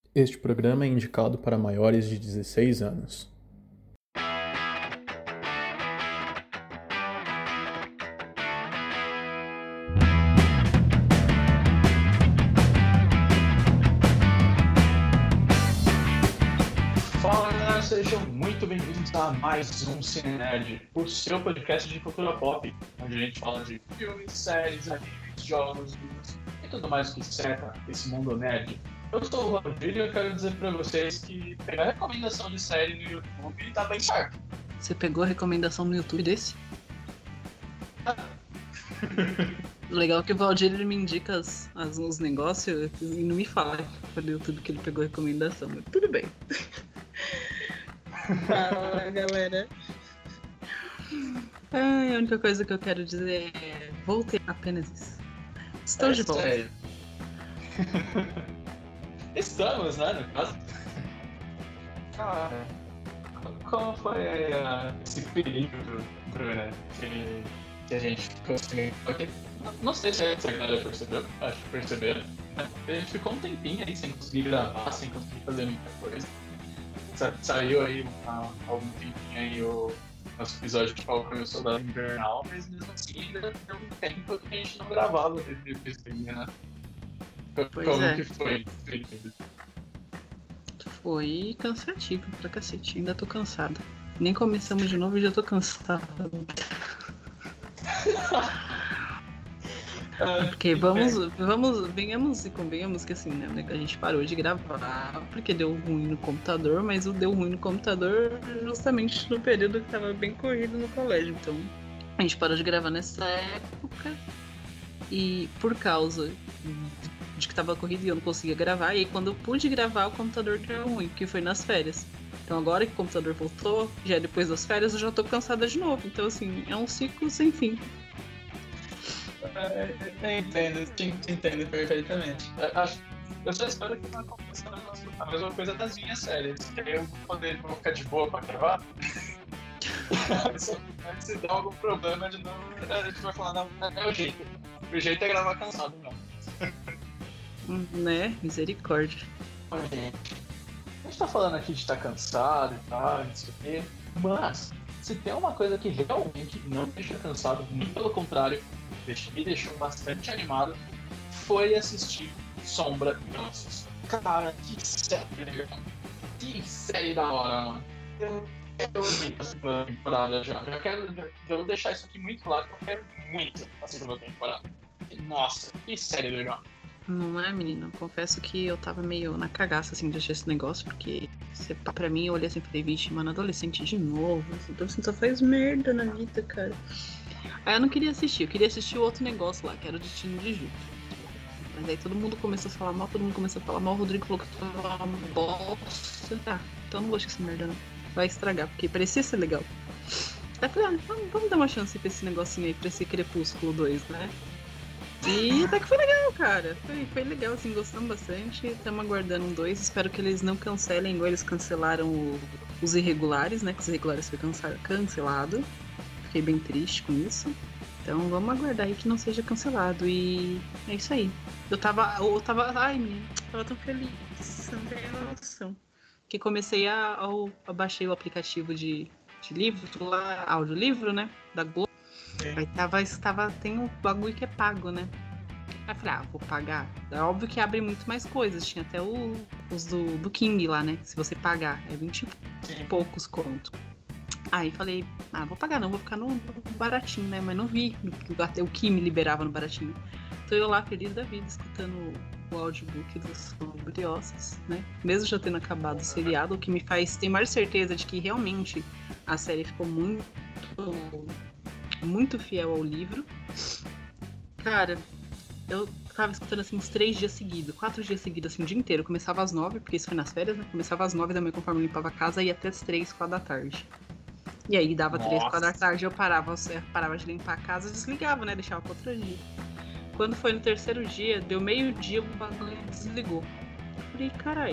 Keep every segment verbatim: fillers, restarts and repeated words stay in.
Este programa é indicado para maiores de dezesseis anos. Fala galera, sejam muito bem-vindos a mais um Cine Nerd, o seu podcast de cultura pop, onde a gente fala de filmes, séries, animes, jogos, livros e tudo mais que cerca esse mundo nerd. Eu sou o Rodrigo e eu quero dizer pra vocês que pegar recomendação de série no YouTube tá bem certo. Você pegou a recomendação no YouTube desse? Legal que o Valdir ele me indica as, as, os negócios e não me fala pelo YouTube que ele pegou a recomendação, mas tudo bem. Fala, galera. Ai, a única coisa que eu quero dizer é voltei apenas isso. Estou é de volta. Sério. Estamos, né, no caso? Cara, como foi uh, esse período, Bruna, que, que a gente conseguiu... Não sei se a galera percebeu, acho que perceberam. A gente ficou um tempinho aí sem conseguir gravar, sem conseguir fazer muita coisa. Sa- saiu aí há algum tempinho aí o nosso episódio de Falcão e o Soldado Invernal, mas mesmo assim ainda deu um tempo que a gente não gravava esse episódio, né? Pois Como é. que foi? Foi cansativo pra cacete, ainda tô cansada. Nem começamos de novo e já tô cansada. Porque vamos, vamos, venhamos e convenhamos que assim, né, a gente parou de gravar porque deu ruim no computador, mas o deu ruim no computador justamente no período que tava bem corrido no colégio, então a gente parou de gravar nessa época e por causa de que tava corrido e eu não conseguia gravar, e aí quando eu pude gravar o computador deu ruim, que foi nas férias. Então agora que o computador voltou, já é depois das férias, eu já tô cansada de novo, então assim, é um ciclo sem fim. Eu entendo, te, te entendo perfeitamente. Eu, acho, eu só espero que não aconteça a mesma coisa das minhas séries, que aí eu vou poder vou ficar de boa pra gravar. se, se der algum problema de novo, a gente vai falar, não, é o jeito. O jeito é gravar cansado, não. Hum, Né? Misericórdia. Olha, gente, a gente tá falando aqui de estar cansado e tal, não sei o quê, mas se tem uma coisa que realmente não me deixa cansado, muito pelo contrário, me deixou bastante animado, foi assistir Sombra de Ossos. Cara, que série legal. Que série da hora, mano. Eu, eu amei a segunda temporada já. Já quero já, já vou deixar isso aqui muito claro, que eu quero muito a segunda temporada. Nossa, que série legal. Não é, menina? Confesso que eu tava meio na cagaça, assim, de achar esse negócio, porque você, pra mim, eu olhei assim e falei, vixe, mano, adolescente de novo. Então, assim, só faz merda na vida, cara. Aí eu não queria assistir, eu queria assistir o outro negócio lá, que era o Destino de Júpiter. Mas aí todo mundo começou a falar mal, todo mundo começou a falar mal, o Rodrigo falou que tava uma bosta. Tá, então eu não vou assistir essa merda, não. Vai estragar, porque parecia ser legal. Aí eu falei, ah, vamos, vamos dar uma chance pra esse negocinho aí, pra esse Crepúsculo dois, né? E até que foi legal, cara. Foi, foi legal, assim, gostamos bastante. Estamos aguardando um dois. Espero que eles não cancelem, igual eles cancelaram o, os Irregulares, né? Que os Irregulares foi cansa- cancelado. Fiquei bem triste com isso. Então vamos aguardar aí que não seja cancelado. E é isso aí. Eu tava. Eu tava. Ai, menina, tava tão feliz. Você não tem noção. Que comecei a, a, a baixei o aplicativo de, de livro, lá, audiolivro, né? Da Globo. Aí tava, tava, tem um bagulho que é pago, né? Aí eu falei, ah, vou pagar. É óbvio que abre muito mais coisas. Tinha até o, os do, do King lá, né? Se você pagar, é vinte e poucos conto. Aí falei, ah, vou pagar não, vou ficar no, no baratinho, né? Mas não vi até o que me liberava no baratinho. Então eu lá, feliz da vida, escutando o, o audiobook dos Sobre Ossos, né? Mesmo já tendo acabado o seriado, o que me faz ter mais certeza de que realmente a série ficou muito... muito fiel ao livro. Cara, eu tava escutando assim uns três dias seguidos, quatro dias seguidos, assim, o dia inteiro. Eu começava às nove, porque isso foi nas férias, né? Começava às nove da manhã conforme eu limpava a casa e ia até as três, quatro da tarde. E aí dava Nossa. três, quatro da tarde, eu parava, eu parava de limpar a casa e desligava, né? Deixava pra outro dia. Quando foi no terceiro dia, deu meio dia, o bagulho desligou. Eu falei, carai.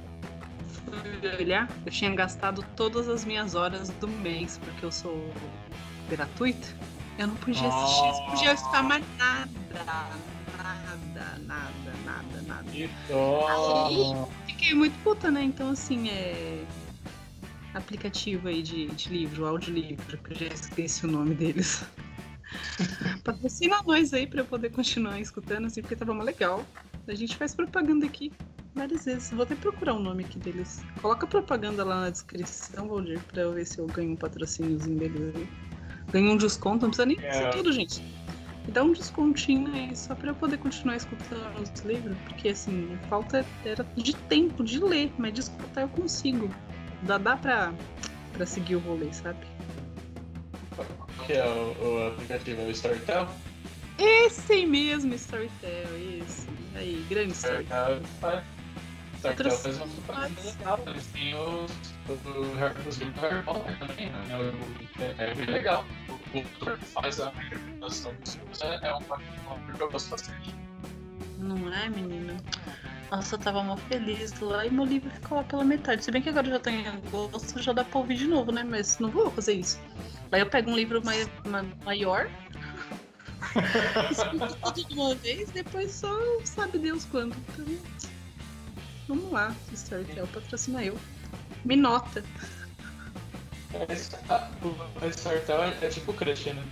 Fui olhar, eu tinha gastado todas as minhas horas do mês, porque eu sou gratuita. Eu não podia assistir, não podia escutar mais nada. Nada, nada, nada, nada. Que dó. Aí, fiquei muito puta, né? Então, assim, é... aplicativo aí de, de livro, audiolivro, que eu já esqueci o nome deles. Patrocina nós aí pra eu poder continuar escutando, assim, porque tava muito legal. A gente faz propaganda aqui várias vezes. Vou até procurar o nome aqui deles. Coloca propaganda lá na descrição, Valdir, pra eu ver se eu ganho um patrocíniozinho deles aí. Ganho um desconto, não precisa nem É. ser tudo, gente. Me dá um descontinho aí, só pra eu poder continuar escutando os livros, porque assim, falta era de tempo de ler, mas de escutar eu consigo. Dá, dá pra, pra seguir o rolê, sabe? Que é o, o aplicativo, é o Storytel? Esse mesmo, Storytel, esse. Aí, grande Storytel. Storytel faz, Storytel faz uma propaganda legal. Eles têm os, os, Harry- os livros do Harry Potter também, né? O- É, é bem legal. O autor que faz a interpretação dos filmes é, é uma coisa que eu gosto bastante. Não é, menina? Nossa, eu tava mó feliz lá e meu livro ficou lá pela metade. Se bem que agora já tá em agosto, já dá pra ouvir de novo, né? Mas não vou fazer isso. Aí eu pego um livro mai- ma- maior, escuto tudo de uma vez, depois só sabe Deus quando. Então, vamos lá, Storytel, patrocina eu. Me nota. Mas, ah, o o Storytel é, é tipo crush, né?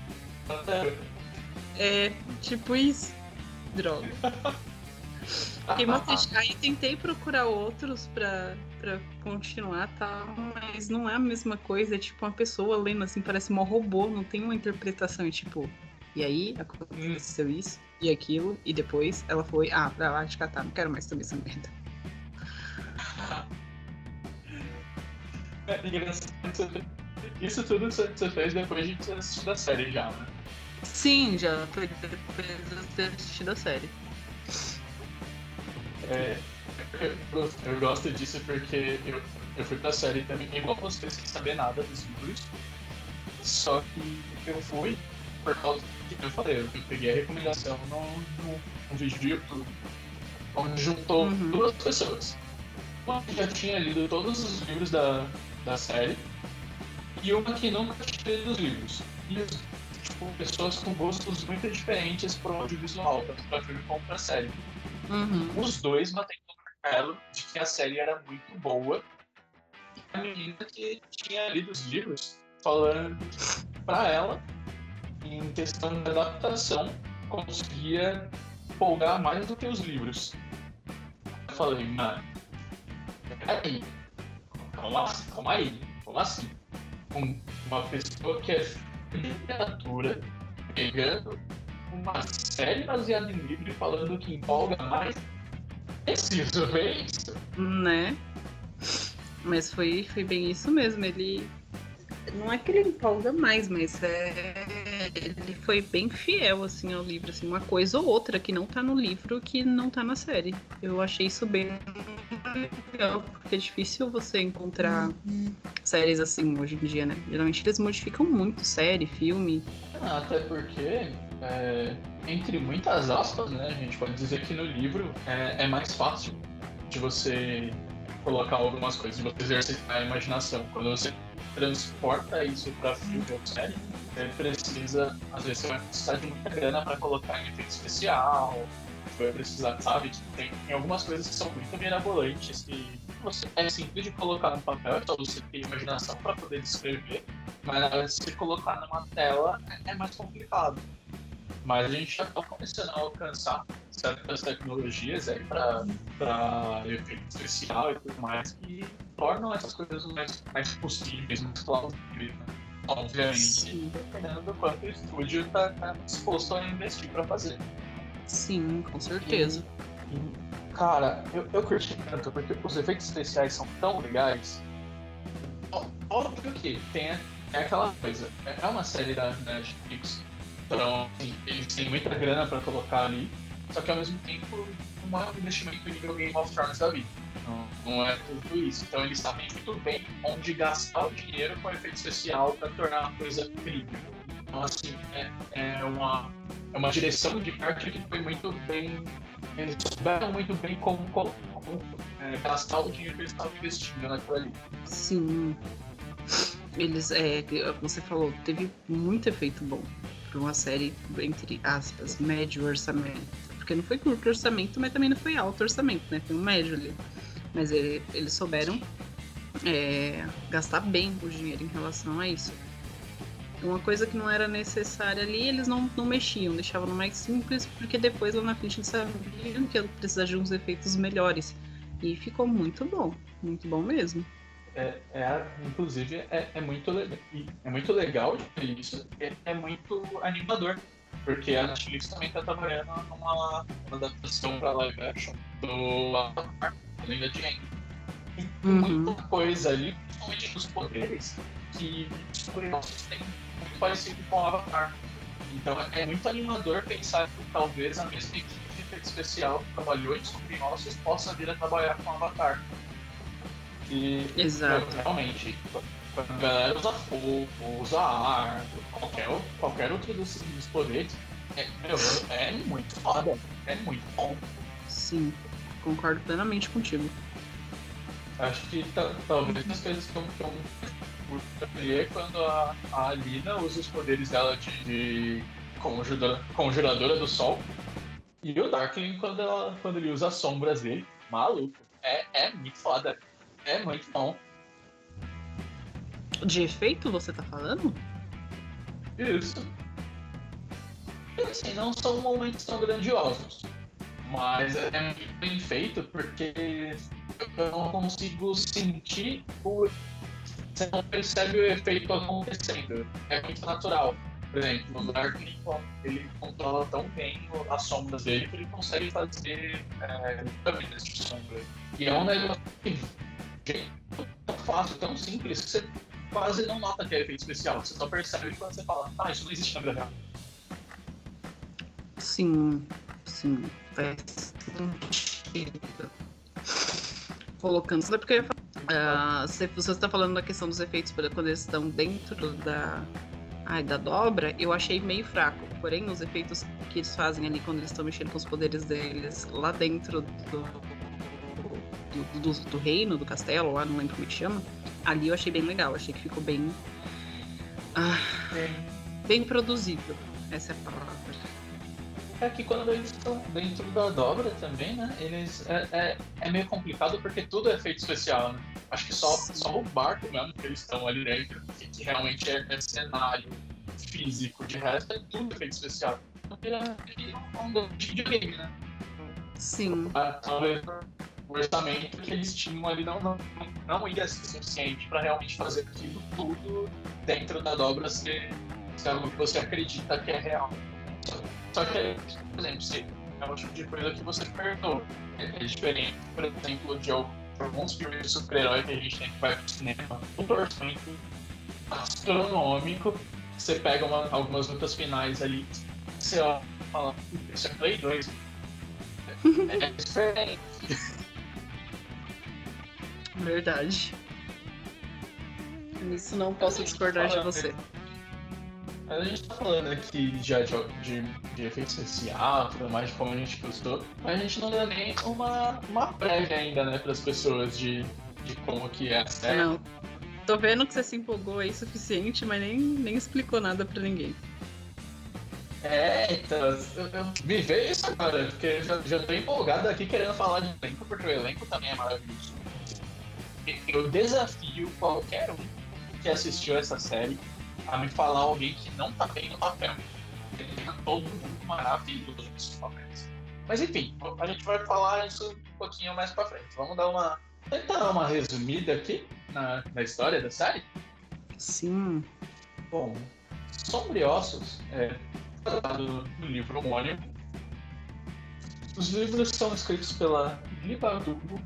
É tipo isso. Droga. Fiquei mó triste. Aí tentei procurar outros pra, pra continuar, tá? Mas não é a mesma coisa. É tipo uma pessoa lendo assim, parece um robô, não tem uma interpretação. É tipo, e aí aconteceu isso e aquilo, e depois ela foi, ah, pra lá de catar, não quero mais também essa merda. É engraçado. Isso tudo você você fez depois de ter assistido a série já, né? Sim, já foi depois de ter assistido a série. É, eu, eu gosto disso porque eu, eu fui pra série também, igual você, sem saber nada dos livros. Só que eu fui por causa que eu falei, eu peguei a recomendação no, no, no vídeo do YouTube, onde juntou Uhum. duas pessoas. Uma que já tinha lido todos os livros da, da série e uma que nunca tinha lido os livros. E tipo, pessoas com gostos muito diferentes pro audiovisual, tanto pra filme como pra série. Uhum. Os dois batendo no martelo de que a série era muito boa e a menina que tinha lido os livros falando pra ela, em questão de adaptação, conseguia empolgar mais do que os livros. Eu falei, mano, peraí, calma, calma aí, como assim? Um, uma pessoa que é de literatura pegando uma série baseada em livro e falando que empolga mais? Preciso ver isso. Né? Mas foi, foi bem isso mesmo. Ele. Não é que ele empolga mais, mas é... ele foi bem fiel assim, ao livro. Assim, uma coisa ou outra que não tá no livro que não tá na série. Eu achei isso bem legal, porque é difícil você encontrar séries assim hoje em dia, né? Geralmente eles modificam muito série, filme. Ah, até porque, é, entre muitas aspas, né, a gente pode dizer que no livro é, é mais fácil de você colocar algumas coisas, de você exercitar a imaginação. Quando você transporta isso para filme ou série, você precisa, às vezes você vai precisar de muita grana para colocar em efeito especial, vai precisar, sabe, tem, tem algumas coisas que são muito mirabolantes e você, é simples de colocar no papel, é só você ter imaginação para poder descrever, mas se colocar numa tela é, é mais complicado. Mas a gente já está começando a alcançar certas tecnologias aí para efeito especial e tudo mais que tornam essas coisas mais, mais possíveis, mais plausíveis, né? Obviamente, Sim. dependendo do quanto o estúdio está tá disposto a investir para fazer. Sim, com certeza. E, e, cara, eu, eu curti tanto porque os efeitos especiais são tão legais. Ó, óbvio que tem, é aquela coisa, é uma série da Netflix. Então, assim, eles têm muita grana pra colocar ali, só que ao mesmo tempo não é um investimento nível Game of Thrones da vida. Não, não é tudo isso. Então eles sabem muito bem onde gastar o dinheiro com efeito especial pra tornar a coisa incrível. Então, assim, é, é, uma, é uma direção de arte que foi muito bem. Eles souberam muito bem como, como, como é, gastar o dinheiro que eles estavam investindo naquilo ali. Sim. Eles, é, você falou, teve muito efeito bom para uma série, entre aspas, médio orçamento. porque não foi curto orçamento, mas também não foi alto orçamento, né? Foi um médio ali. Mas ele, eles souberam é, gastar bem o dinheiro em relação a isso. Uma coisa que não era necessária ali, eles não, não mexiam, deixavam no mais simples, porque depois lá na frente eles sabiam que ia precisar de uns efeitos melhores. E ficou muito bom, muito bom mesmo. É, é, inclusive, é, é, muito legal, é muito legal de ver isso, é, é muito animador, porque a Netflix também está trabalhando numa, numa adaptação para live action do Avatar, a Lenda de Aang. E tem Uhum. muita coisa ali, principalmente dos poderes, que os curiosos têm muito parecido com o Avatar. Então é muito animador pensar que talvez a mesma equipe de efeito especial que trabalhou em Subnossos possa vir a trabalhar com o Avatar. E Exato. meu, realmente, quando a galera usa fogo, usa ar, qualquer, qualquer outro desses poderes, é, meu, é muito foda, é muito bom. Sim, concordo plenamente contigo. Acho que ta- talvez as coisas que eu, que eu curto é quando a, a Alina usa os poderes dela de, de conjura, conjuradora do sol, e o Darkling quando, ela, quando ele usa as sombras dele. Maluco, é, é muito foda. É muito bom. De efeito, você tá falando? Isso. E assim, não são momentos tão grandiosos. Mas é muito bem feito porque eu não consigo sentir o. Você não percebe o efeito acontecendo. É muito natural. Por exemplo, o Darkling, ele controla tão bem as sombras dele que ele consegue fazer é, câmeras de sombra. E é um negócio que tão fácil, tão simples, que você quase não nota que é efeito especial. Você só percebe quando você fala, ah, isso não existe na vida real. Sim, sim, faz sentido. Colocando, sabe porque eu ia falar, uh, se você está falando da questão dos efeitos quando eles estão dentro da, ai, da dobra, eu achei meio fraco. Porém, os efeitos que eles fazem ali quando eles estão mexendo com os poderes deles lá dentro do Do, do, do reino, do castelo, lá, não lembro como é que chama. Ali eu achei bem legal, achei que ficou bem. Ah, bem produzido. Essa é a palavra. É que quando eles estão dentro da dobra também, né? Eles. É, é, é meio complicado porque tudo é efeito especial, né? Acho que só, só o barco mesmo que eles estão ali dentro, que, que realmente é, é cenário físico, de resto é tudo efeito especial. Então ele é um de videogame, né? Sim. Ah, talvez o orçamento que eles tinham ali não, não, não ia ser suficiente para realmente fazer aquilo tudo dentro da dobra ser, ser algo que você acredita que é real. Só, só que, por exemplo, se é um tipo de coisa que você perdoa. É, é diferente, por exemplo, de alguns filmes de super-herói que a gente tem que vai pro cinema. Um orçamento astronômico, você pega uma, algumas lutas finais ali, você ó, fala, isso é Play dois. É, é diferente. Verdade. Nisso não posso discordar de você. A gente tá falando aqui de, de, de efeito especial, tudo mais, de como a gente gostou, mas a gente não deu nem uma, uma prévia ainda, né, pras pessoas de, de como que é a série. Não. Tô vendo que você se empolgou aí o suficiente, mas nem, nem explicou nada pra ninguém. É, então, eu, eu me veio isso agora, porque eu já, já tô empolgado aqui querendo falar de elenco, porque o elenco também é maravilhoso. Eu desafio qualquer um que assistiu essa série a me falar alguém que não tá bem no papel. Ele tá todo mundo maravilhoso nos papéis. Mas enfim, a gente vai falar isso um pouquinho mais pra frente. Vamos dar uma. Tentar dar uma resumida aqui na, na história da série? Sim. Bom, Sombriossos é tratado no livro homônimo. Os livros são escritos pela Liba Dubo.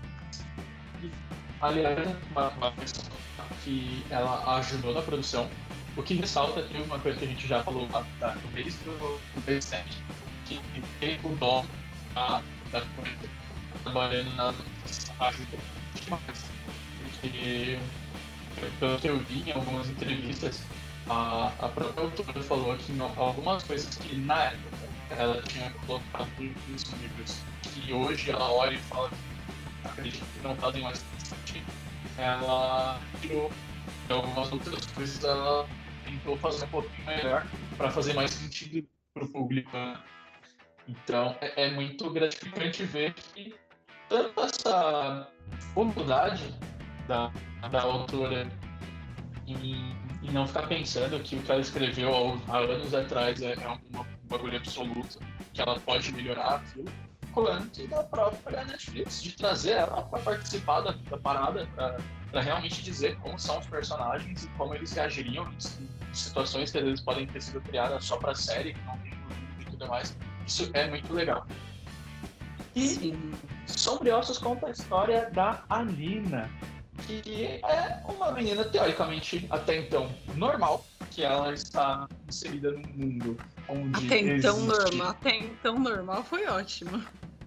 Aliás, uma, uma pessoa que ela ajudou na produção. O que ressalta aqui uma coisa que a gente já falou lá tá, no mês do sete, que tem o dom da, da coisa trabalhando na ajuda demais. Porque, pelo que eu vi em algumas entrevistas, a, a própria autora falou que não, algumas coisas que na época ela tinha colocado nos livros, que hoje ela olha e fala que acredito que não fazem mais sentido, ela tirou. E algumas outras coisas ela tentou fazer um pouquinho melhor para fazer mais sentido para o público. Né? Então é, é muito gratificante ver que tanto essa humildade da, da autora em, em não ficar pensando que o que ela escreveu há, há anos atrás é, é um, um bagulho absoluto, que ela pode melhorar aquilo, quanto da própria Netflix, de trazer ela para participar da, da parada, para realmente dizer como são os personagens e como eles reagiriam em situações que às vezes podem ter sido criadas só para série, que não tem e tudo mais. Isso é muito legal. E Sim. Sombriossos conta a história da Alina, que é uma menina teoricamente até então normal, que ela está inserida num mundo onde até então existe... normal, até então normal foi ótimo.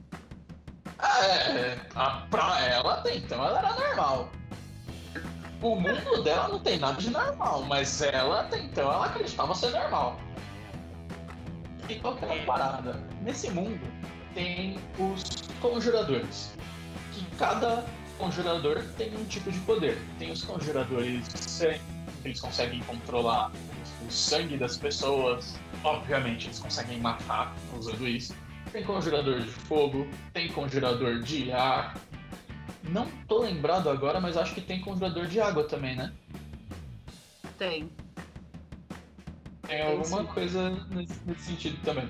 É, a, pra ela até então ela era normal. O mundo dela não tem nada de normal, mas ela até então ela acreditava ser normal. E qual que é a parada? Nesse mundo tem os conjuradores, que cada conjurador tem um tipo de poder. Tem os conjuradores de sangue, eles conseguem controlar o sangue das pessoas, obviamente eles conseguem matar usando isso. Tem conjurador de fogo, tem conjurador de ar. Não tô lembrado agora, mas acho que tem conjurador de água também, né? Tem. Tem alguma coisa nesse, nesse sentido também.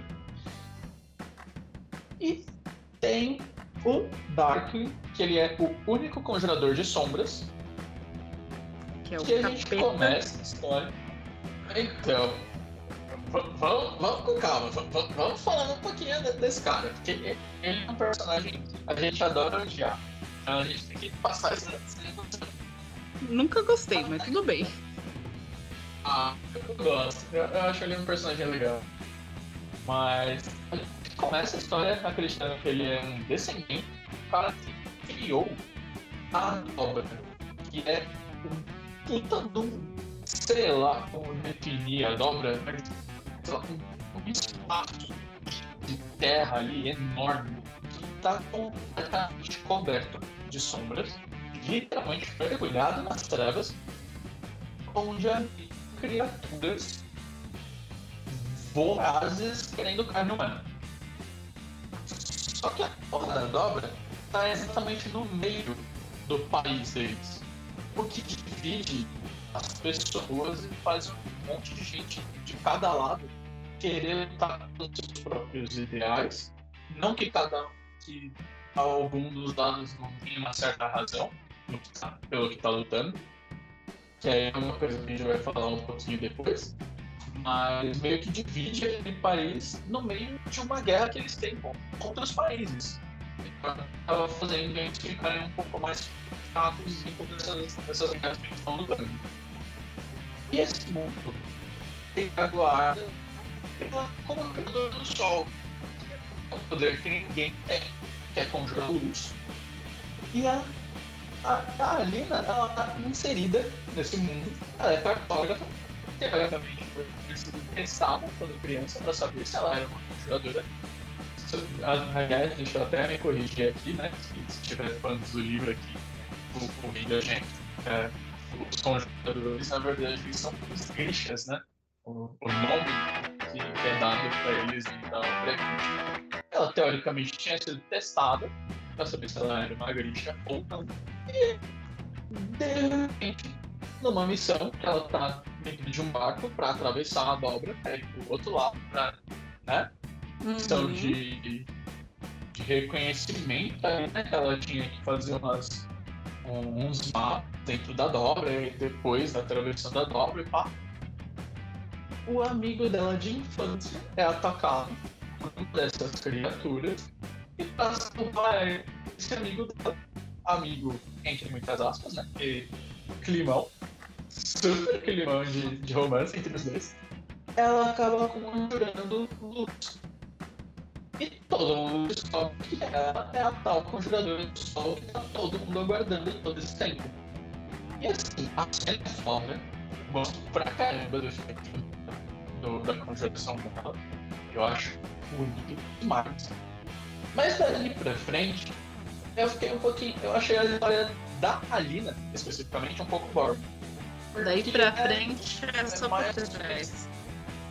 E tem o Darkling, que ele é o único conjurador de sombras. Que é o que a capeta. gente começa a história. Então, vamos, vamos com calma, vamos, vamos falando um pouquinho desse cara, porque ele é um personagem que a gente adora odiar. Então a gente tem que passar essa emoção. Nunca gostei, mas tudo bem. Ah, eu gosto. Eu, eu acho ele um personagem legal. Mas a gente começa a história acreditando que ele é um descendente do cara que criou a obra, que é um puta de um, sei lá como definir a dobra, mas sei lá, um, um espaço de terra ali enorme que está completamente coberto de sombras, literalmente mergulhado nas trevas, onde há criaturas vorazes querendo carne humana. Só que a porra da dobra está exatamente no meio do país deles, o que divide as pessoas e faz um monte de gente de cada lado querer lutar pelos seus próprios ideais. Não que cada que algum dos lados não tenha uma certa razão no que tá, pelo que está lutando, que aí é uma coisa que a gente vai falar um pouquinho depois, mas meio que divide aquele país no meio de uma guerra que eles têm contra os países. Então, estava fazendo eles ficarem um pouco mais fracos em todas essas, essas guerras que eles estão lutando. E esse mundo tem a guarda pela conjuradora do sol, que é um poder que ninguém tem, que é conjurar luz. E a, a, a Alina, ela está inserida nesse mundo, ela é cartógrafa, teoricamente foi testada quando criança para saber se ela era uma conjuradora. Aliás, deixa eu até me corrigir aqui, né? Se, se tiver fãs do livro aqui, o, o vídeo, gente. É, os conjuradores, na verdade, eles são os grixas, né? O, o nome que, que é dado para eles da obra. Ela, teoricamente, tinha sido testada para saber se ela era uma grixa ou não. E, de repente, numa missão, ela tá dentro de um barco para atravessar a dobra para ir pro outro lado, pra, né? Missão uhum. de, de reconhecimento, né? Ela tinha que fazer umas, uns mapas dentro da dobra e depois da travessão da dobra e pá. O amigo dela de infância é atacado por uma dessas criaturas e pra salvar esse amigo dela, amigo entre muitas aspas, né? E climão, super climão de, de romance entre os dois, ela acaba conjurando luz. E todo mundo descobre que ela é a tal conjuradora do sol que tá todo mundo aguardando todo esse tempo. E assim, a cena é foda, gosto pra caramba do efeito do, da conjuração dela, eu acho bonito demais. Mas dali pra frente, eu fiquei um pouquinho, eu achei a história da Alina, especificamente, um pouco boring. Daí pra frente é só pra trás.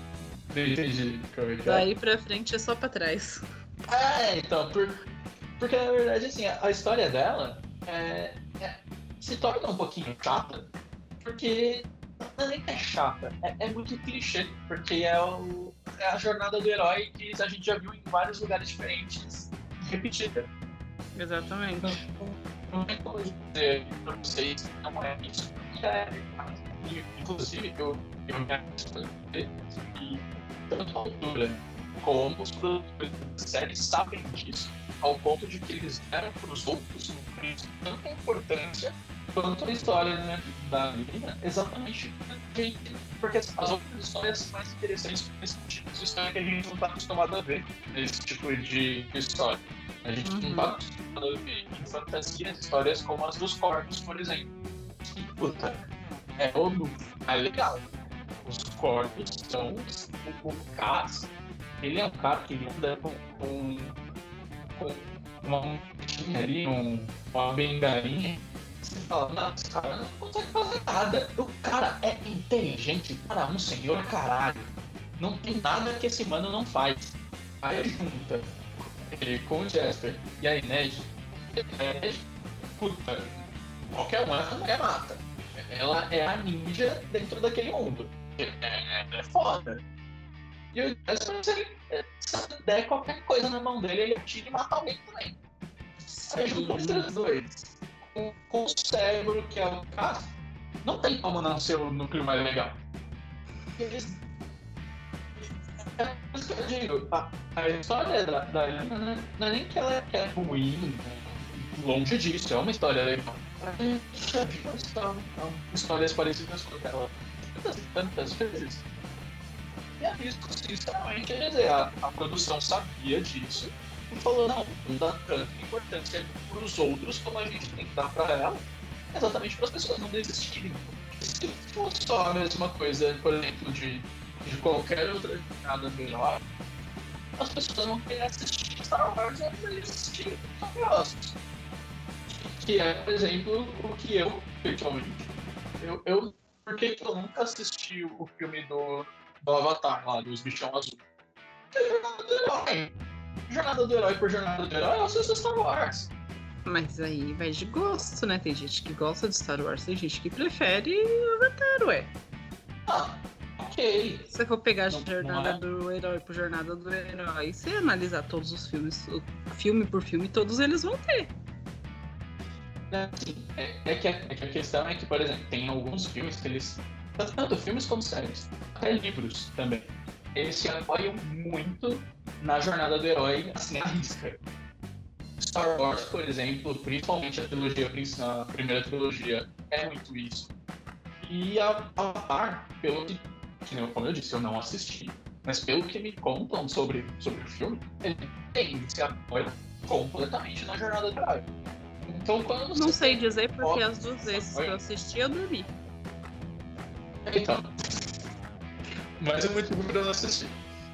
Não entendi como é que é. Daí pra frente é só pra trás. É, então, por, porque na verdade, assim, a, a história dela é, é, se torna um pouquinho chata, porque não é nem que é chata, é, é muito clichê, porque é, o, é a jornada do herói que a gente já viu em vários lugares diferentes, repetida. Exatamente. Não, não tem como dizer pra vocês que não é isso. É, inclusive, eu, eu me acho que tanto a autora como os produtores da série sabem disso, ao ponto de que eles deram para os outros tanta importância quanto a história, né, da Lina, exatamente porque as outras histórias são mais interessantes por esse tipo de história que a gente não está acostumado a ver nesse tipo de história. A gente uhum. não está acostumado a ver em fantasias histórias como as dos corpos, por exemplo. Que, puta, é óbvio, é legal. Os corpos são o caso. Ele é um cara que anda com, com, com uma montinha ali, um, uma bengalinha. Você fala, não, esse cara não consegue fazer nada. O cara é inteligente para um senhor caralho. Não tem nada que esse mano não faz. Aí ele junta ele com o Jasper e a Inês. É, puta, qualquer uma essa mulher mata. Ela é a ninja dentro daquele mundo. É, é, é foda. E o Jasper, se ele se der qualquer coisa na mão dele, ele atira e mata alguém também. Aí juntou os dois. Com, com o cérebro, que é o caso, não tem como não ser o núcleo mais legal. Eles... É por isso que eu digo, a, a história da, da Helena não, não é nem que ela é ruim, longe disso, é uma história legal. A gente já viu histórias parecidas com ela tantas e tantas vezes. E é isso, sinceramente, quer dizer, a, a produção sabia disso e falou, não, não dá tanta importância para os outros como a gente tem que dar para ela, exatamente para as pessoas não desistirem. Se for só a mesma coisa, por exemplo, de, de qualquer outra jornada do herói, as pessoas vão querer assistir Star Wars e vão assistir negócios. Que é, por exemplo, o que eu, pessoalmente, eu, eu por que eu nunca assisti o filme do do Avatar lá, dos bichão azul. É jornada do herói. Jornada do herói por jornada do herói, eu assisto Star Wars. Mas aí vai de gosto, né? Tem gente que gosta de Star Wars, tem gente que prefere Avatar, ué. Ah, ok. Se você for pegar a não, jornada não é... do herói por jornada do herói, e você analisar todos os filmes, filme por filme, todos eles vão ter. É, assim, é, é, que a, é que a questão é que, por exemplo, tem alguns filmes que eles... Tanto filmes como séries, até livros também. Eles se apoiam muito na jornada do herói, assim, à risca. Star Wars, por exemplo, principalmente a trilogia, a primeira trilogia, é muito isso. E a Avatar, pelo que, como eu disse, eu não assisti, mas pelo que me contam sobre, sobre o filme, ele tem, se apoia completamente na jornada do herói. Então, quando você não sei dizer porque as duas vezes que eu assisti, eu dormi. Então, mas é muito ruim pra eu não assistir.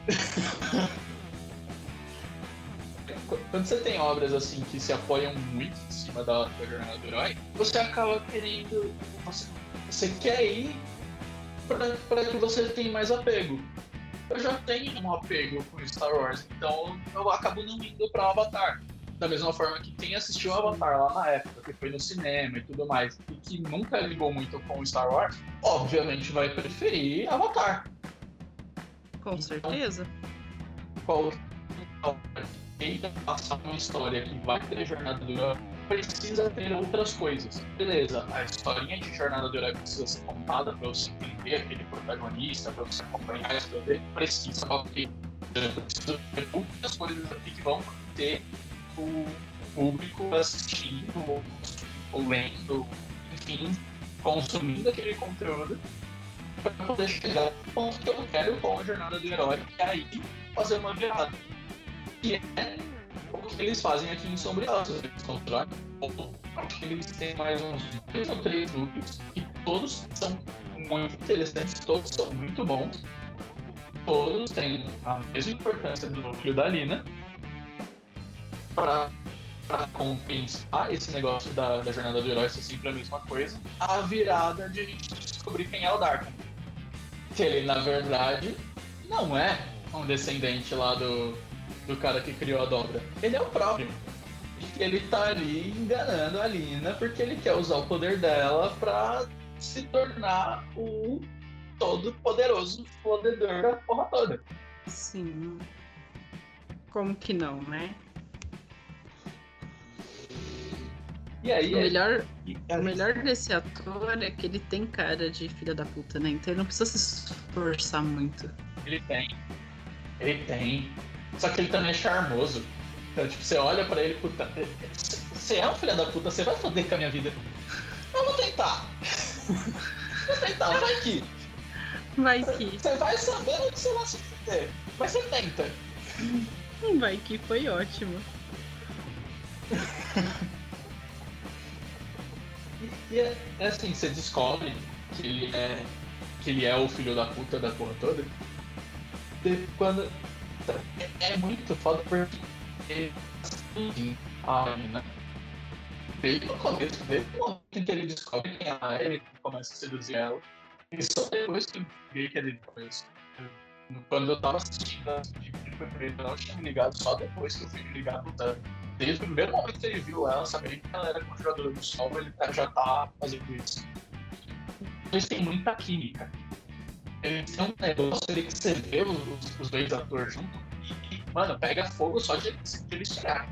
Quando você tem obras assim que se apoiam muito em cima da, da jornada do herói, você acaba querendo. Você, você quer ir para que você tenha mais apego. Eu já tenho um apego com Star Wars, então eu acabo não indo pra Avatar. Da mesma forma que quem assistiu Avatar lá na época, que foi no cinema e tudo mais, e que nunca ligou muito com Star Wars, obviamente vai preferir Avatar. Com então, certeza. Qual quem passar uma história que vai ter jornada do herói precisa ter outras coisas. Beleza, a historinha de jornada do herói precisa ser contada para você entender aquele protagonista, para você acompanhar a história, precisa ter outras coisas aqui que vão ter o público assistindo ou, ou lendo, enfim, consumindo aquele conteúdo para poder chegar ao ponto que eu quero com a jornada do herói, que é aí fazer uma virada. Que é o que eles fazem aqui em Sombreados. Eles constroem acho que eles têm mais uns dois ou três núcleos e todos são muito interessantes, todos são muito bons, todos têm a mesma importância do núcleo da Lina para compensar esse negócio da, da jornada do herói ser sempre a mesma coisa, a virada de a gente descobrir quem é o Darkon. Que ele, na verdade, não é um descendente lá do, do cara que criou a dobra. Ele é o próprio. E ele tá ali enganando a Lina porque ele quer usar o poder dela pra se tornar o todo poderoso poderor da porra toda. Sim. Como que não, né? E aí, O melhor, e o aí- melhor desse ator é que ele tem cara de filha da puta, né? Então ele não precisa se esforçar muito. Ele tem. Ele tem. Só que ele também é charmoso. Então, tipo, você olha pra ele, puta. Você é um filho da puta, você vai foder com a minha vida. Eu vou tentar. Vou tentar, vai que. Vai que. Você vai sabendo que você vai se foder. Mas você tenta. Vai que foi ótimo. E é, é assim, você descobre que ele é. que ele é o filho da puta da porra toda. E quando. É, é muito foda porque ele a menina. Desde o começo, desde o momento em que ele descobre quem ela é, ele começa a seduzir ela. E só depois que eu vi que ele depois. Quando eu tava assistindo a eu não tinha me ligado, só depois que eu fui me ligar no tanto. Desde o primeiro momento que ele viu ela, sabendo que ela era conjuradora do sol, ele já tá fazendo isso. Eles têm muita química. Eles têm um negócio ali que você vê os, os dois atores juntos e, mano, pega fogo só de, de eles tirarem.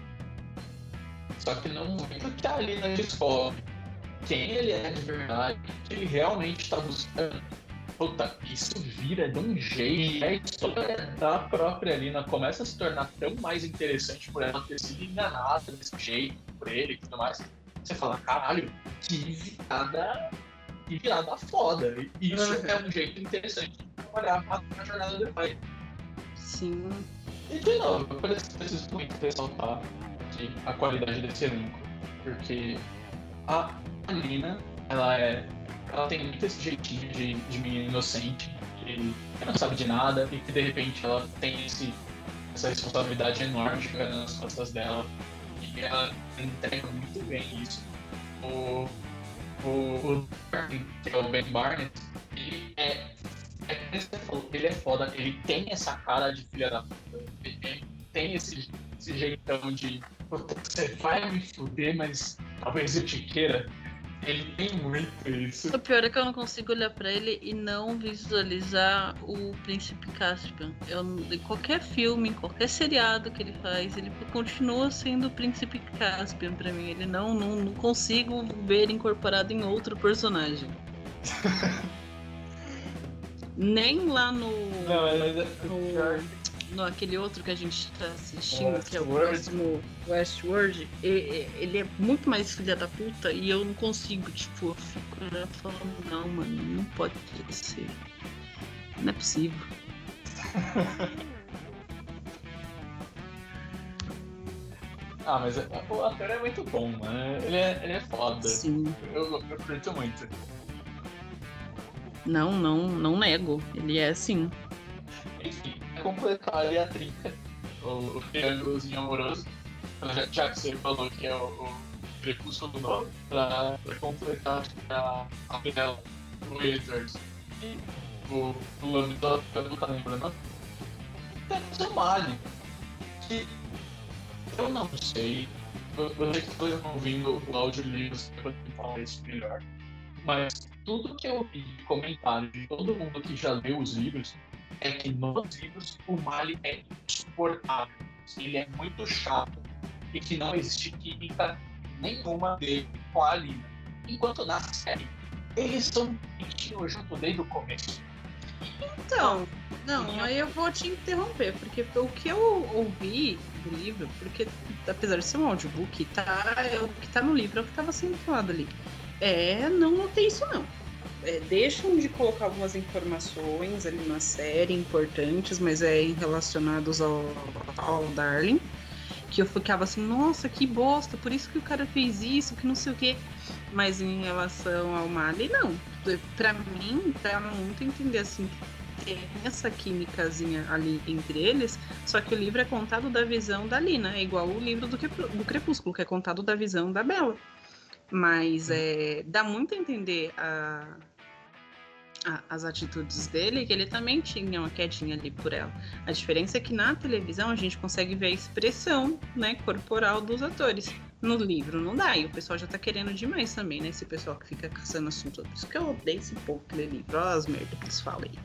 Só que no momento que a Alina descobre quem ele é de verdade, que ele realmente está buscando, puta, isso vira de um jeito. E a história da própria Alina começa a se tornar tão mais interessante por ela ter sido enganada desse jeito, por ele e tudo mais. Você fala, caralho, que virada, que virada foda. E isso é um jeito interessante de trabalhar a jornada do pai. Sim. E de novo, eu preciso, preciso muito ressaltar aqui a qualidade desse elenco, porque a Alina, ela é, ela tem muito esse jeitinho de, de menina inocente, que não sabe de nada e que de repente ela tem esse, essa responsabilidade enorme chegando nas costas dela, e ela entrega muito bem isso. O, o, o Barney, que é o Ben Barnett, ele é É que você falou, ele é foda, ele tem essa cara de filha da puta, ele tem esse, esse jeitão de puta, você vai me fuder, mas talvez eu te queira. Ele tem muito isso. O pior é que eu não consigo olhar pra ele e não visualizar o Príncipe Caspian. Eu, em qualquer filme, em qualquer seriado que ele faz, ele continua sendo o Príncipe Caspian pra mim. Ele não, não, não consigo ver ele incorporado em outro personagem. Nem lá no. Não, mas é no, no aquele outro que a gente tá assistindo, Westworld. que é o próximo Westworld, e- e- ele é muito mais filha da puta e eu não consigo, tipo, eu fico olhando e falando, não, mano, não pode ser. Não é possível. Ah, mas é- o ator é muito bom, né? Ele é, ele é foda. Sim. Eu, eu curto muito. Não, não, não nego. Ele é assim. Enfim, pra completar ali a trinca, o, o triângulozinho amoroso, já, já que você falou que é o, o Crepúsculo Novo, pra, pra completar a, a Bela, o Edward e o, o Lambda, eu não tá lembrando, temos o Mali, que eu não sei, eu, eu sei que estou ouvindo o audiolivro para falar isso melhor, mas tudo que eu vi de comentário de todo mundo que já leu os livros é que nos livros o Mali é insuportável, ele é muito chato e que não existe química nenhuma dele com a Alina. Enquanto na série, eles são bonitinhos junto desde o começo. Então, não, aí eu vou te interromper, porque o que eu ouvi do livro, porque apesar de ser um audiobook, tá, é o que tá no livro é o que tava sendo falado ali. É, não notei isso não. É, deixam de colocar algumas informações ali na série importantes, mas é em relacionados ao, ao Darling, que eu ficava assim, nossa, que bosta, por isso que o cara fez isso, que não sei o quê. Mas em relação ao Mali, não. Pra mim, dá muito entender assim que tem essa químicazinha ali entre eles, só que o livro é contado da visão da Lina, é igual o livro do, do Crepúsculo, que é contado da visão da Bella. Mas é, dá muito a entender a, a, as atitudes dele, que ele também tinha uma quedinha ali por ela. A diferença é que na televisão a gente consegue ver a expressão, né, corporal dos atores. No livro não dá, e o pessoal já tá querendo demais também, né? Esse pessoal que fica caçando assunto. Por isso que eu odeio esse povo que lê livro. Olha as merdas que eles falam aí.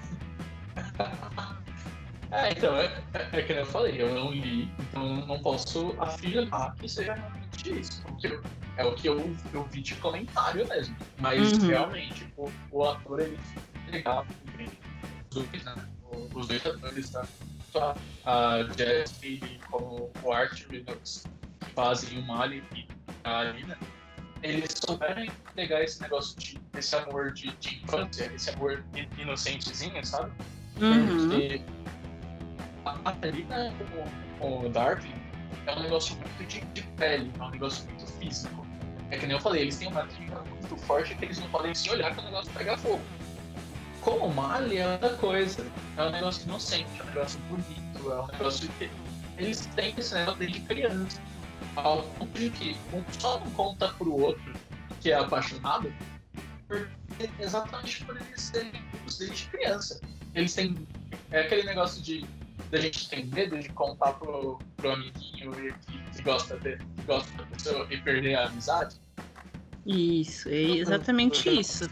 É, então, é, é, é que eu falei, eu não li, então não posso afirmar que seja realmente isso. Porque eu, é o que eu, eu vi de comentário mesmo. Mas Uhum. realmente, o, o ator, ele fica legal. Os dois, né? Os dois atores, tá? Só a Jessie como o Art Reynolds que fazem o Mali e a Alina, eles souberam pegar esse negócio de esse amor de, de infância, esse amor inocentezinho, sabe? Uhum. Porque a Alina com o Darwin é um negócio muito de, de pele, é um negócio muito físico. É que nem eu falei, eles têm uma química muito forte que eles não podem se olhar que o negócio pegar fogo. Como o Mali é outra coisa, é um negócio inocente, é um negócio bonito, é um negócio que eles têm esse negócio desde criança. Ao ponto de que um só não conta pro outro que é apaixonado, porque exatamente por eles serem desde criança. Eles têm. É aquele negócio de da gente ter medo de contar pro, pro amiguinho que, que gosta de, que gosta da pessoa e perder a amizade. Isso, é exatamente isso.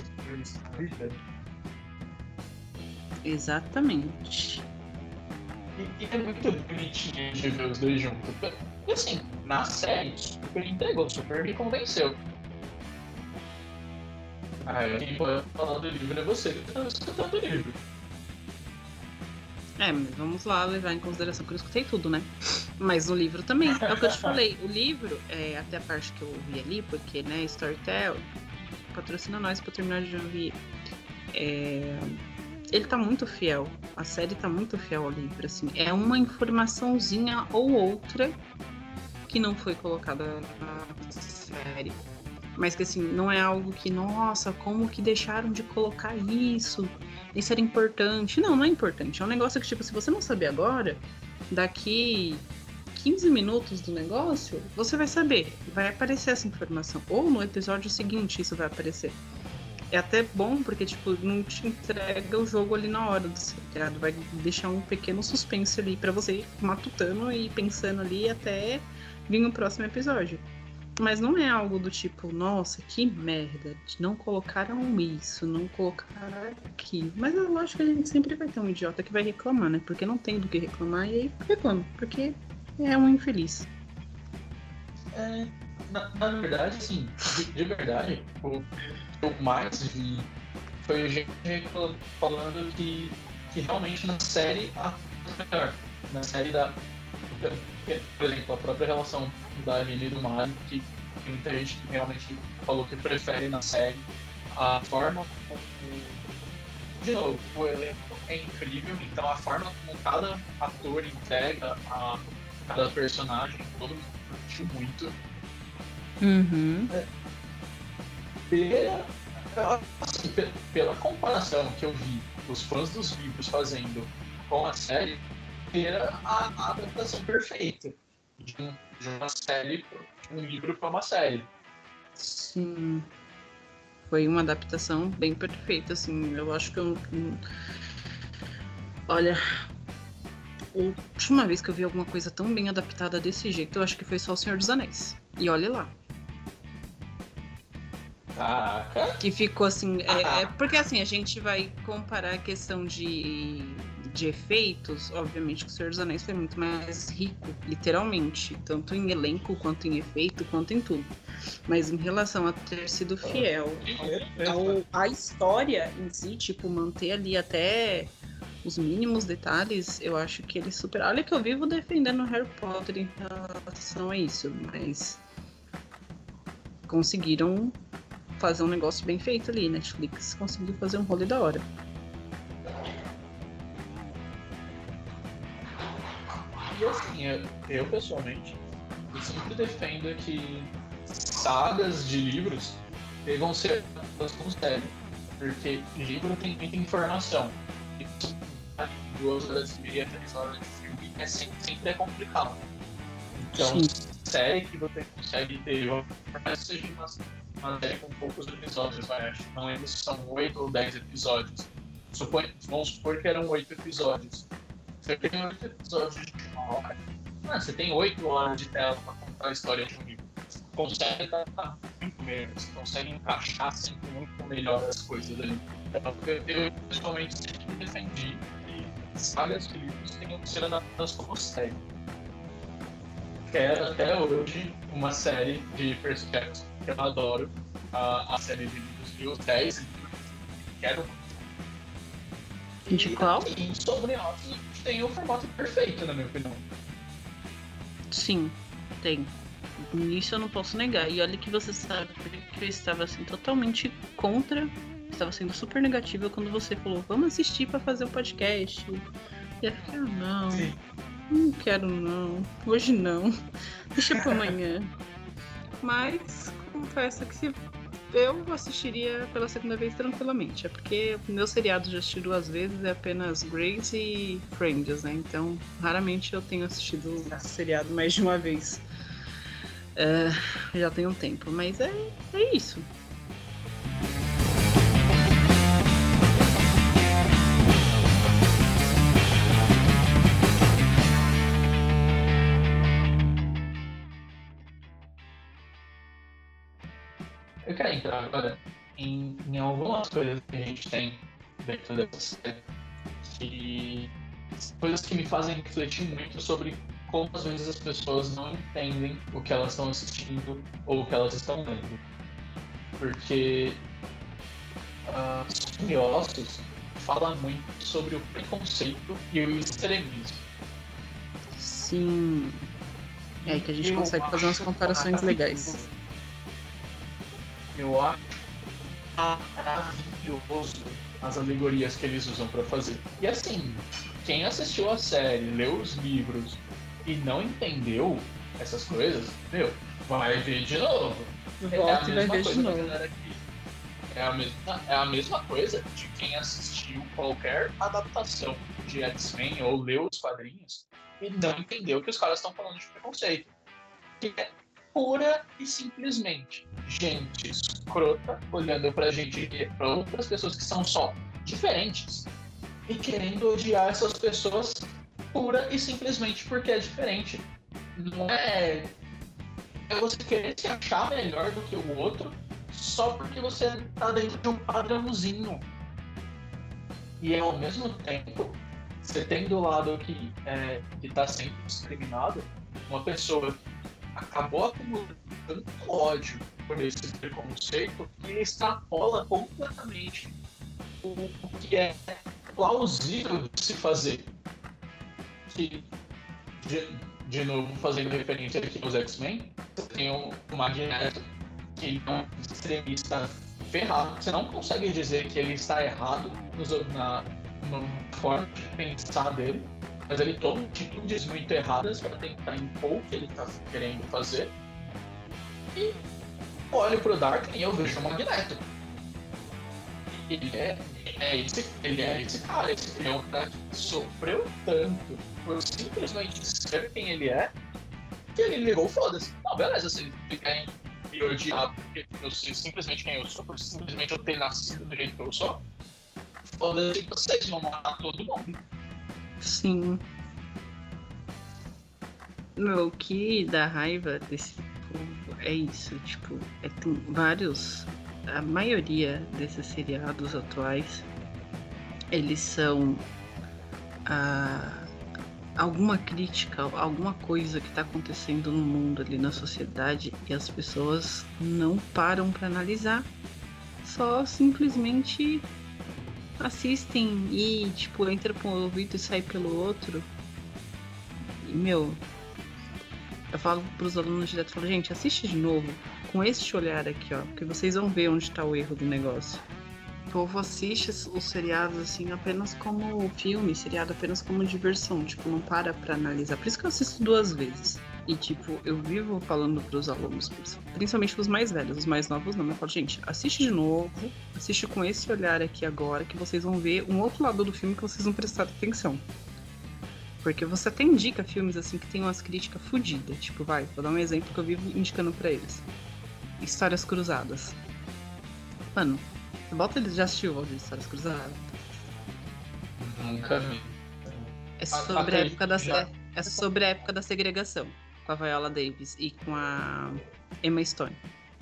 Exatamente. E, e é muito bonitinho de ver os dois juntos. E assim, na série, super entregou, super me convenceu. Ah, quem pode falar do livro é você que tá escutando o livro. É, mas vamos lá levar em consideração que eu escutei tudo, né? Mas no livro também. É o que eu te falei. O livro, é, até a parte que eu ouvi ali, porque, né, Storytel patrocina nós pra terminar de ouvir. É, ele tá muito fiel. A série tá muito fiel ao livro, assim. É uma informaçãozinha ou outra que não foi colocada na série. Mas que, assim, não é algo que, nossa, como que deixaram de colocar isso? Isso era importante. Não, não é importante. É um negócio que, tipo, se você não saber agora, daqui quinze minutos do negócio, você vai saber. Vai aparecer essa informação. Ou no episódio seguinte isso vai aparecer. É até bom porque, tipo, não te entrega o jogo ali na hora do seriado. Vai deixar um pequeno suspense ali pra você ir matutando e pensando ali até vir o próximo episódio. Mas não é algo do tipo, nossa, que merda, não colocaram isso, não colocaram aquilo. Mas eu acho que a gente sempre vai ter um idiota que vai reclamar, né? Porque não tem do que reclamar e aí reclama, porque é um infeliz. É, na, na verdade, sim, de, de verdade, o que eu mais vi foi gente falando que, que realmente na série a melhor. Na série da. Por exemplo, a própria relação da Alina e do Mario, que tem muita gente que realmente falou que prefere na série a forma como. De novo, o elenco é incrível, então a forma como cada ator entrega a cada personagem, todo mundo curtiu muito. Uhum. É, pela, assim, pela comparação que eu vi os fãs dos livros fazendo com a série, era a, a adaptação perfeita de, um, de uma série, de um livro para uma série. Sim. Foi uma adaptação bem perfeita, assim. Eu acho que eu. Olha. A última vez que eu vi alguma coisa tão bem adaptada desse jeito, eu acho que foi só O Senhor dos Anéis. E olha lá. Caraca! Que ficou assim. É, é porque assim, a gente vai comparar a questão de, de efeitos. Obviamente que O Senhor dos Anéis foi muito mais rico, literalmente. Tanto em elenco, quanto em efeito, quanto em tudo. Mas em relação a ter sido fiel ao, à história em si, tipo, manter ali até os mínimos detalhes, eu acho que ele super. Olha que eu vivo defendendo Harry Potter em relação a isso, mas conseguiram fazer um negócio bem feito ali. Netflix conseguiu fazer um rolê da hora. E assim, eu, eu pessoalmente, eu sempre defendo que sagas de livros vão ser com série, porque livro tem muita informação. E duas horas e meia, três horas de filme é sempre, sempre é complicado. Então, Sim. série que você consegue ter, seja umas uma série com poucos episódios, vai, acho que não lembro se são oito ou dez episódios. Supõe, vamos supor que eram oito episódios. Você tem oito episódios de uma hora. Ah, você tem oito horas de tela para contar a história de um livro. Você consegue adaptar muito melhor, você consegue encaixar sempre muito melhor as coisas ali. Então, eu, eu pessoalmente sempre defendi que sagas de livros tenham que ser adaptadas como série. Quero até hoje uma série de Percy Jackson, que eu adoro, a, a série de livros de os dez livros. Quero. De qual? E sobre Oz tem o formato perfeito, na minha opinião. Sim, tem. Isso eu não posso negar. E olha que você sabe que eu estava assim totalmente contra, estava sendo super negativa quando você falou, vamos assistir para fazer o podcast. E eu falei, ah, não, Sim. não quero não, hoje não, deixa para amanhã. Mas confesso que se eu assistiria pela segunda vez tranquilamente. É porque meu seriado já assisti duas vezes, é apenas Grace e Friends, né? Então, raramente eu tenho assistido esse seriado mais de uma vez. É, já tem um tempo, mas é, é isso. Eu quero entrar agora em, em algumas coisas que a gente tem dentro dessa série, que coisas que me fazem refletir muito sobre como às vezes as pessoas não entendem o que elas estão assistindo ou o que elas estão lendo. Porque uh, Ossos fala muito sobre o preconceito e o extremismo. Sim. É aí que a gente Eu consegue fazer umas acho comparações legais. Eu acho maravilhoso as alegorias que eles usam pra fazer. E assim, quem assistiu a série, leu os livros e não entendeu essas coisas, meu, vai ver de novo. Volta é a e vai mesma ver coisa de da novo. galera que é a mesma, é a mesma coisa de quem assistiu qualquer adaptação de X-Men ou leu os quadrinhos e não entendeu que os caras estão falando de preconceito. Que é pura e simplesmente gente escrota olhando pra gente, pra outras pessoas que são só diferentes e querendo odiar essas pessoas pura e simplesmente porque é diferente. Não é, é você querer se achar melhor do que o outro só porque você tá dentro de um padrãozinho. E ao mesmo tempo, você tem do lado que, é, que tá sendo discriminado uma pessoa que acabou acumulando tanto ódio por esse preconceito que ele extrapola completamente o, o que é plausível de se fazer. Que, de, de novo, fazendo referência aqui aos X-Men, você tem o, o Magneto, que é um extremista ferrado. Você não consegue dizer que ele está errado nos, na, na forma de pensar dele, mas ele toma atitudes muito erradas para tentar impor o que ele está querendo fazer. E olho pro Dark e eu vejo o Magneto. Ele é, é esse, ele é esse cara, esse é um cara que sofreu tanto por simplesmente ser quem ele é, que ele ligou, foda-se. Não, beleza, se ele quer me odiar porque eu sei simplesmente quem eu sou, por simplesmente eu ter nascido do jeito que eu sou, foda-se, vocês vão matar todo mundo. Sim. Meu, o que dá raiva desse povo é isso, tipo, é, tem vários, a maioria desses seriados atuais, eles são ah, alguma crítica, alguma coisa que tá acontecendo no mundo ali, na sociedade, e as pessoas não param pra analisar, só simplesmente assistem e, tipo, entra por um ouvido e sai pelo outro. E, meu, eu falo pros alunos direto, eu falo, gente, assiste de novo, com este olhar aqui, ó, porque vocês vão ver onde tá o erro do negócio. O povo assiste os seriados, assim, apenas como filme, seriado apenas como diversão, tipo, não para pra analisar. Por isso que eu assisto duas vezes. E, tipo, eu vivo falando pros alunos, principalmente pros mais velhos, os mais novos não. Eu falo, gente, assiste de novo, assiste com esse olhar aqui agora, que vocês vão ver um outro lado do filme que vocês vão prestar atenção. Porque você até indica filmes, assim, que tem umas críticas fodidas. Tipo, vai, vou dar um exemplo que eu vivo indicando pra eles. Histórias Cruzadas. Mano, você bota ele já assistiu o Valdir Histórias Cruzadas? Nunca vi. É sobre a época da se- é sobre a época da segregação, com a Viola Davis e com a Emma Stone.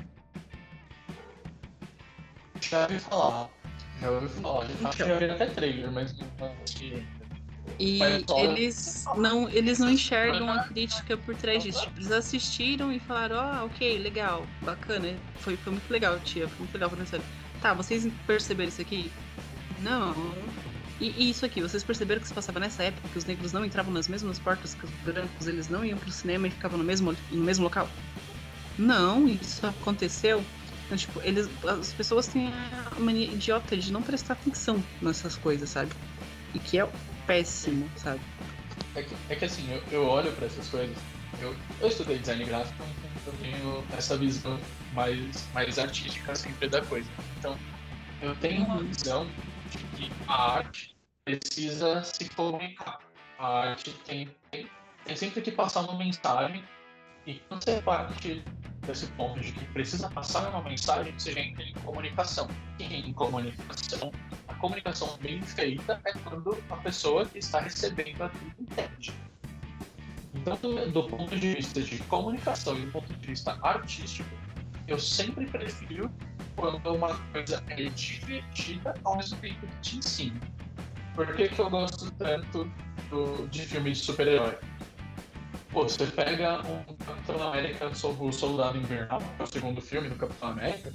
Já ouvi falar. Já ouvi falar. Acho que Então. já vi até trailer, mas não assisti ainda. E Mas só- eles não, eles não enxergam a crítica por trás disso. Tipo, eles assistiram e falaram, ah, ok, legal, bacana. Foi, foi muito legal, tia. Foi muito legal pra pensar. Tá, vocês perceberam isso aqui? Não. E, e isso aqui, vocês perceberam que se passava nessa época que os negros não entravam nas mesmas portas que os brancos, eles não iam pro cinema e ficavam no mesmo, no mesmo local? Não, isso aconteceu. Então, tipo, eles, as pessoas têm a mania idiota de não prestar atenção nessas coisas, sabe? E que é péssimo, sabe? É que, é que assim, eu, eu olho pra essas coisas. Eu, eu estudei design gráfico, então eu tenho essa visão mais, mais artística sempre da coisa. Então, eu tenho uma visão de que a arte precisa se comunicar. A arte tem, tem, tem sempre que passar uma mensagem, e quando você parte desse ponto de que precisa passar uma mensagem, você já entra em comunicação. E em comunicação, a comunicação bem feita é quando a pessoa que está recebendo aquilo entende. Então, do, do ponto de vista de comunicação e do ponto de vista artístico, eu sempre prefiro quando uma coisa é divertida ao mesmo tempo que te ensina. Por que, que eu gosto tanto do, de filmes de super-herói? Pô, você pega um Capitão América sobre o Soldado Invernal, que é o segundo filme do Capitão América.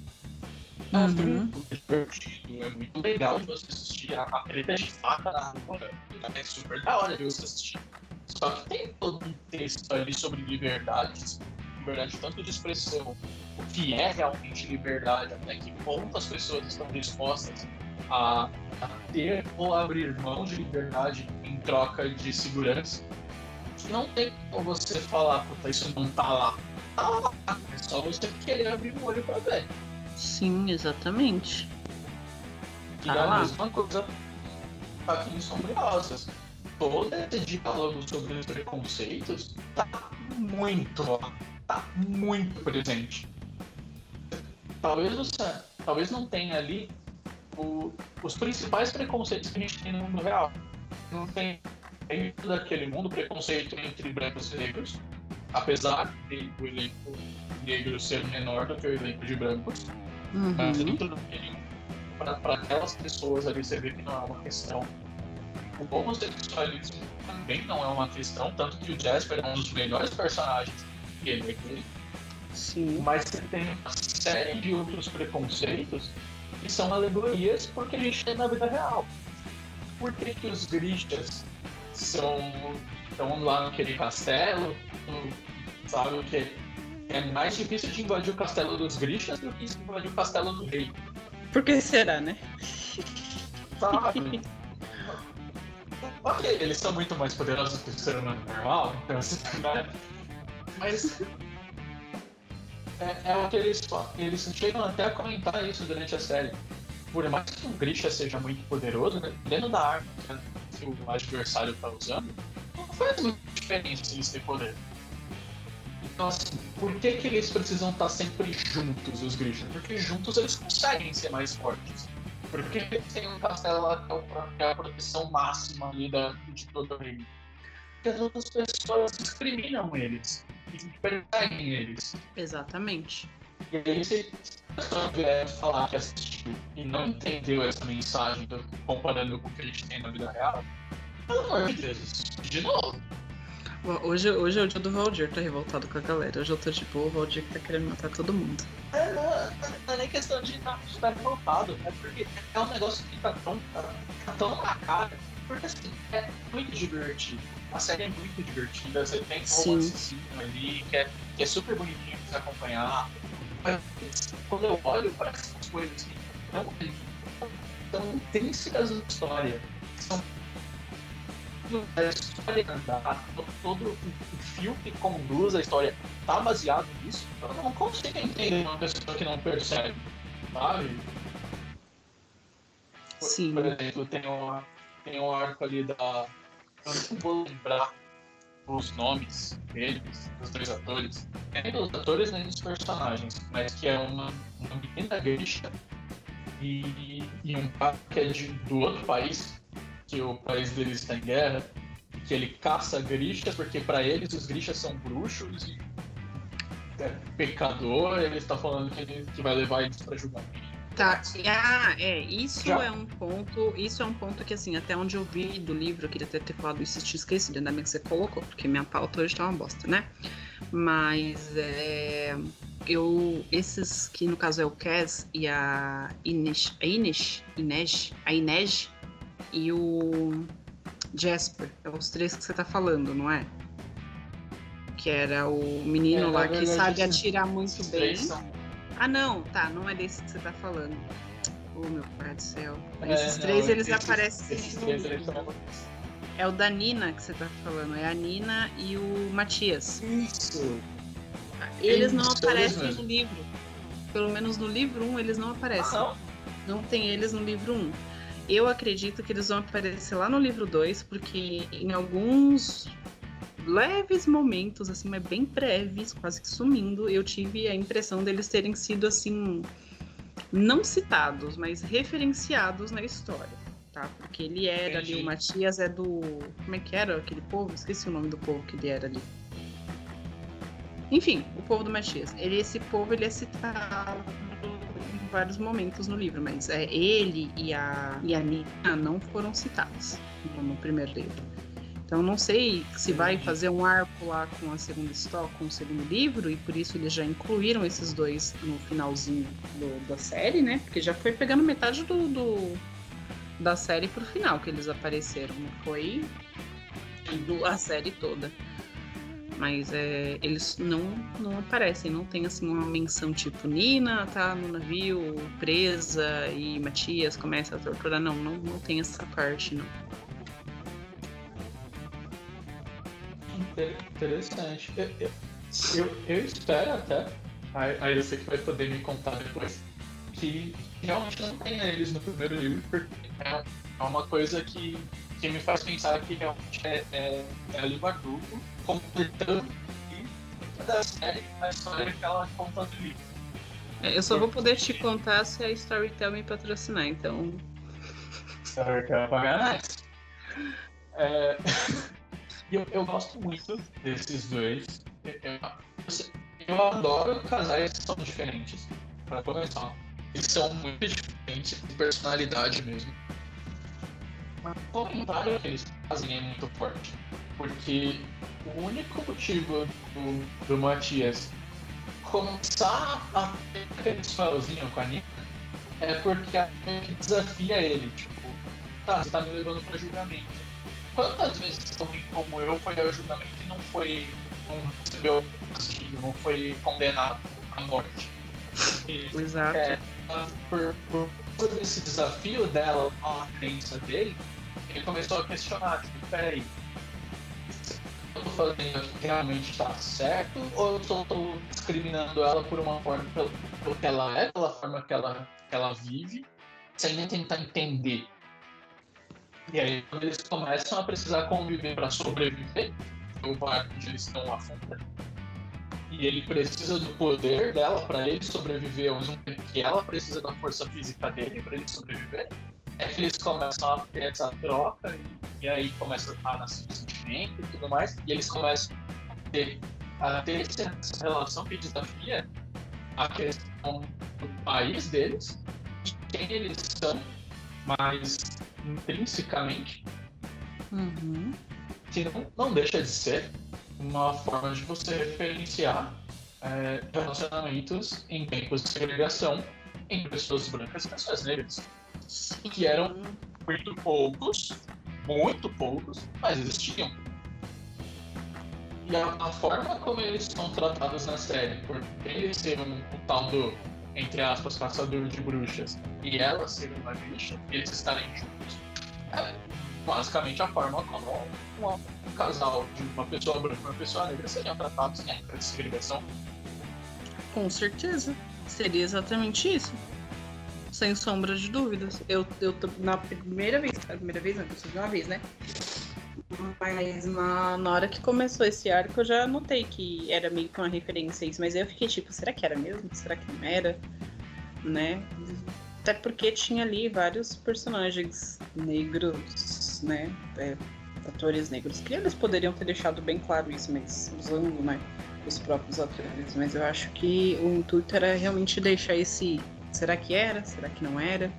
É um filme muito divertido, é muito legal de você assistir. A, a treta de faca na rua é super da hora de você assistir. Só que tem todo um texto ali sobre liberdade, liberdade tanto de expressão, o que é realmente liberdade, até que ponto as pessoas estão dispostas a, a ter ou abrir mão de liberdade em troca de segurança. Não tem como você falar, puta, isso não tá lá. Tá lá, é só você querer abrir o olho pra ver. Sim, exatamente. E Tá é a lá. mesma coisa aqui em Sombriosas. Todo esse diálogo sobre os preconceitos tá muito lá, tá muito presente. Talvez você, talvez não tenha ali o, os principais preconceitos que a gente tem no mundo real. Não tem dentro daquele mundo preconceito entre brancos e negros, apesar de o elenco negro ser menor do que o elenco de brancos. Uhum. Mas dentro daquele para aquelas pessoas ali você vê que não é uma questão. O homossexualismo também não é uma questão, tanto que o Jasper é um dos melhores personagens que ele é gay. Sim. Mas você tem uma série de outros preconceitos que são alegorias porque a gente tem na vida real. Por que, que os grixas são estão lá naquele castelo? Sabe o que? É mais difícil de invadir o castelo dos grixas do que invadir o castelo do rei. Por que será, né? Sabe? Ok, eles são muito mais poderosos que o ser humano normal, então assim, né? Mas é, é o que eles falam. Eles chegam até a comentar isso durante a série. Por mais que um Grisha seja muito poderoso, né, dentro da arma, né, que o adversário está usando, não faz muita diferença eles terem poder. Então, assim, por que, que eles precisam estar sempre juntos, os Grishas? Porque juntos eles conseguem ser mais fortes. Porque eles têm um castelo lá que é a proteção máxima ali da, de todo o reino. Porque as outras pessoas discriminam eles e perseguem eles. Exatamente. E aí, se a pessoa vier falar que assistiu e não entendeu essa mensagem, comparando com o que a gente tem na vida real, pelo amor de Deus, de novo. Hoje, hoje é o dia do Valdir, tá revoltado com a galera. Hoje eu tô tipo, o Valdir que tá querendo matar todo mundo. É, não, não é nem questão de estar revoltado, é porque é um negócio que tá tão, tá tão na cara. Porque assim, é muito divertido. A série é muito divertida, você tem um romancezinho ali, que é, que é super bonitinho de se acompanhar. Mas quando eu olho para essas coisas que não tão intrínsecas na história, são a história andar, todo o fio que conduz a história tá baseado nisso, eu não consigo entender uma pessoa que não percebe, sabe? Por, Sim. por exemplo, tem um, tem um arco ali da... Eu não vou lembrar os nomes deles, dos dois atores, nem dos atores nem dos personagens, mas que é uma, uma menina geisha e, e um cara que é de, do outro país, que o país deles está em guerra, e que ele caça grixas, porque para eles os grixas são bruxos e é pecador, ele está falando que, ele, que vai levar eles para julgamento. Tá, ah, é, isso Já. é um ponto, isso é um ponto que, assim, até onde eu vi do livro, eu queria até ter falado isso e tinha esquecido, ainda bem que você colocou, porque minha pauta hoje tá uma bosta, né? Mas, é, eu, esses que no caso é o Kes e a Inês, a Inês, Inês, a Inês e o Jasper, é os três que você tá falando, não é? Que era o menino É, lá na que verdade, sabe esses- atirar muito Esses bem. três são- Ah, não, tá, não é desse que você tá falando. Oh, meu pai do céu. É, Esses não, três, eles esses- aparecem Esses no três eles livro. são. É o da Nina que você tá falando, é a Nina e o Matias. Isso! Eles não Isso, aparecem eles no mesmo. livro. Pelo menos no livro um, eles não aparecem. Ah, não? Não tem eles no livro um. Eu acredito que eles vão aparecer lá no livro dois, porque em alguns leves momentos, assim, mas bem breves, quase que sumindo, eu tive a impressão deles terem sido, assim, não citados, mas referenciados na história, tá? Porque ele era Entendi. ali, o Matias é do... Como é que era aquele povo? Esqueci o nome do povo que ele era ali. Enfim, o povo do Matias. Ele, esse povo, ele é citado em vários momentos no livro, mas é, ele e a, e a Nina não foram citados no, no primeiro livro. Então não sei se vai fazer um arco lá com a segunda história, com o segundo livro, e por isso eles já incluíram esses dois no finalzinho do, da série, né? Porque já foi pegando metade do, do da série pro final que eles apareceram, não foi do, a série toda. Mas é, eles não, não aparecem, não tem assim uma menção tipo Nina tá no navio presa e Matias começa a torturar. Não, não, não tem essa parte, não. Interessante. Eu, eu, eu, eu espero até, aí, aí eu sei que vai poder me contar depois, que realmente não tenha eles no primeiro livro, porque é, é uma coisa que, que me faz pensar que realmente é, é, é a Liva Grupo completando da série a história que ela conta no livro. É, eu só vou poder te contar se a Storytel me patrocinar, então. Eu quero pagar mais. É... eu, eu gosto muito desses dois. Eu, eu, eu adoro casais que são diferentes, pra começar. Eles são muito diferentes de personalidade mesmo. Mas o comentário que eles fazem é muito forte. Porque o único motivo do, do Matias começar a ter aquele sozinho com a Nina é porque a Nina desafia ele. Tipo, tá, você tá me levando pra julgamento. Quantas vezes alguém como eu foi ao julgamento e não foi, não recebeu castigo, não foi condenado à morte? E, Exato. é, por, por causa desse desafio dela à crença dele, ele começou a questionar, tipo, peraí, eu tô fazendo aqui realmente tá certo ou eu só tô discriminando ela por uma forma, pelo, pelo que ela é, pela forma que ela, que ela vive, sem nem tentar entender? E aí, quando eles começam a precisar conviver para sobreviver, o barco onde eles estão afunda, e ele precisa do poder dela para ele sobreviver, ao mesmo tempo que ela precisa da força física dele para ele sobreviver, é que eles começam a ter essa troca, e, e aí começa a nascer o sentimento e tudo mais, e eles começam a ter, a ter essa relação que desafia a questão do país deles, de quem eles são, mas intrinsecamente, Uhum. que não, não deixa de ser uma forma de você referenciar é, relacionamentos em tempos de segregação entre pessoas brancas e pessoas negras, que eram muito poucos, muito poucos, mas existiam. E a, a forma como eles são tratados na série, por ele ser um, um tal do, entre aspas, caçador de bruxas, e ela ser uma bicha, e eles estarem juntos, é basicamente a forma como uma, um casal de uma pessoa branca e uma pessoa negra seriam tratados em época de segregação. Com certeza. Seria exatamente isso. Sem sombra de dúvidas. Eu, eu tô- na primeira vez, a primeira vez não, eu só vi uma vez, né? Mas na, na hora que começou esse arco, eu já notei que era meio que uma referência a isso. Mas aí eu fiquei tipo, será que era mesmo? Será que não era? Né? Até porque tinha ali vários personagens negros, né? É, atores negros. Que eles poderiam ter deixado bem claro isso, mas usando, né? Os próprios atores. Mas eu acho que o intuito era realmente deixar esse... Será que era? Será que não era?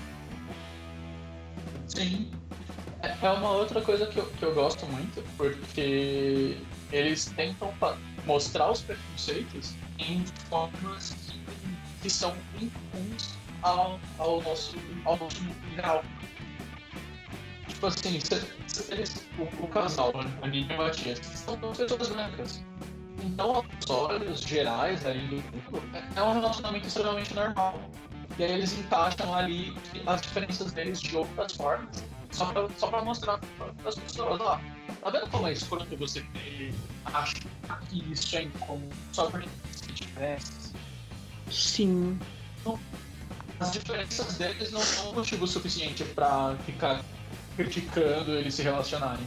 Sim. É uma outra coisa que eu, que eu gosto muito, porque eles tentam mostrar os preconceitos em formas que, que são incomuns ao, ao, nosso, ao nosso mundo real. Tipo assim, se, se eles, o, o casal, a Nina e o Matias, são duas pessoas brancas. Então, aos olhos gerais ali do mundo, é um relacionamento extremamente normal. E aí eles encaixam ali as diferenças deles de outras formas. Só pra, só pra mostrar para as pessoas, ó, tá vendo como é escroto você acha que isso é incomum só porque tem diferenças? Sim. Então, as diferenças deles não são motivo suficiente pra ficar criticando eles se relacionarem.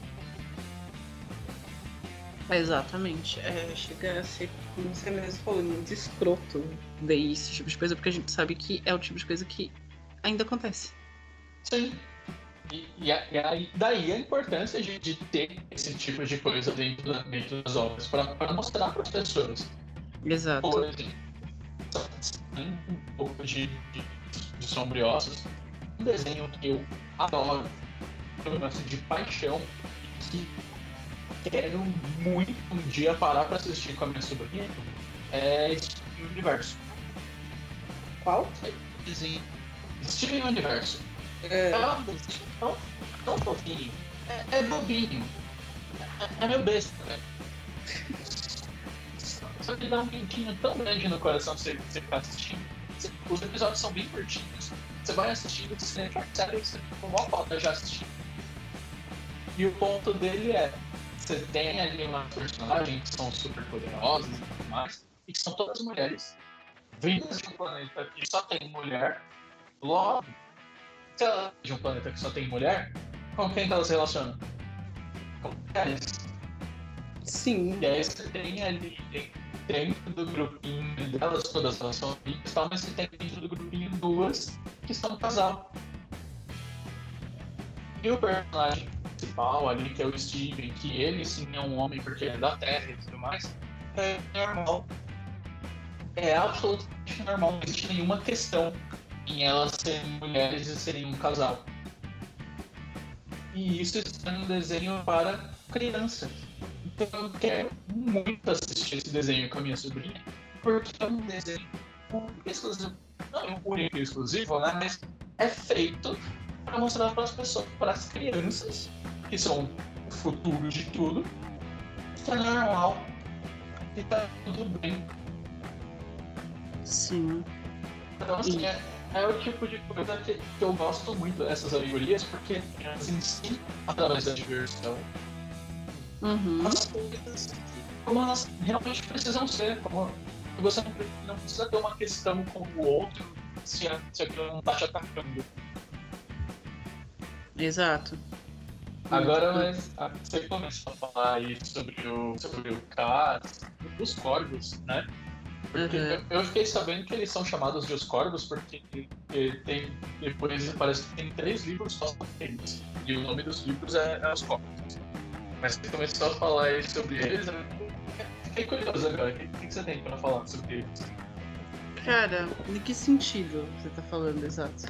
Exatamente. É, chega a ser, como você mesmo falou, muito escroto ver esse tipo de coisa, porque a gente sabe que é o tipo de coisa que ainda acontece. Sim. E, e, e aí, daí a importância de, de ter esse tipo de coisa dentro, da, dentro das obras, para mostrar para as pessoas. Exato. Por exemplo, um pouco de, de, de Sombriossos, um desenho que eu adoro, assim, de paixão, que quero muito um dia parar para assistir com a minha sobrinha, é Steven Universo. Qual? É desenho Steven Universo. É, É um desenho tão, tão fofinho. É, é bobinho. É, é meu besta, velho. Só que dá um quentinho tão grande no coração você, você ficar assistindo. Você, os episódios são bem curtinhos. Você vai assistindo, você sente uma série que você ficou mó falta já assistindo. E o ponto dele é: você tem ali uma personagem que são super poderosas e tudo mais, e que são todas mulheres, vindas de um planeta que só tem mulher. Logo, se ela é de um planeta que só tem mulher, com quem que ela se relaciona? Com mulheres. sim. E aí você tem ali dentro do grupinho delas, todas elas são amigas, mas você tem dentro do grupinho duas que são um casal. E o personagem principal ali, que é o Steven, que ele sim é um homem porque ele é da Terra e tudo mais, é normal. É absolutamente normal, não existe nenhuma questão em elas serem mulheres e serem um casal. E isso está no desenho para crianças. Então eu quero muito assistir esse desenho com a minha sobrinha, porque é um desenho exclusivo, não único e exclusivo, né? Mas é feito para mostrar para as pessoas, para as crianças, que são o futuro de tudo, que é normal, que tá tudo bem. Sim. Então assim, é, é o tipo de coisa que, que eu gosto muito dessas alegorias, porque elas ensinam através da diversão. Uhum. As coisas como elas realmente precisam ser, como você não, não precisa ter uma questão com o outro se, a, se aquilo não está te atacando. Exato. Agora, mas você começou a falar aí sobre o, sobre o Cas, os corvos, né? Porque Uhum. eu, eu fiquei sabendo que eles são chamados de os corvos porque, porque tem, depois parece que tem três livros só sobre eles. E o nome dos livros é, é os corvos. Mas você começou a falar aí sobre eles, eu fiquei curioso agora. O que, que você tem pra falar sobre eles? Cara, em que sentido você tá falando, exato?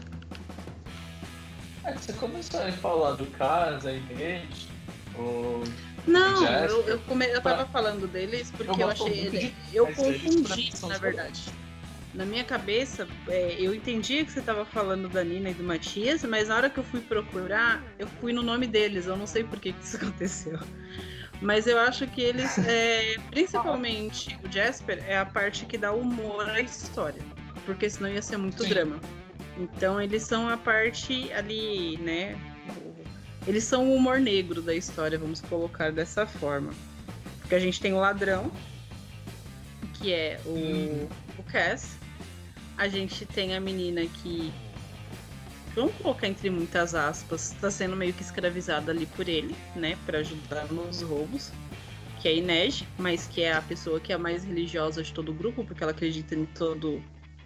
É, você começou a falar do Cas, a Inês, o... Não, Jasper. eu, eu, come... eu tava Pra- falando deles porque Eu eu, gosto achei muito ele. de- Eu mas eles, pra confundi, mim, são na os verdade. Na minha cabeça, é, eu entendi que você tava falando da Nina e do Matias, mas na hora que eu fui procurar, eu fui no nome deles. Eu não sei por que, que isso aconteceu. Mas eu acho que eles, é, principalmente o Jasper, é a parte que dá humor à história. Porque senão ia ser muito Sim. drama. Então eles são a parte ali, né? Eles são o humor negro da história, vamos colocar dessa forma. Porque a gente tem o ladrão, que é o, Uhum. o Cass. A gente tem a menina que vamos colocar entre muitas aspas, tá sendo meio que escravizada ali por ele, né, pra ajudar nos roubos, que é a Inej, mas que é a pessoa que é a mais religiosa de todo o grupo, porque ela acredita em todo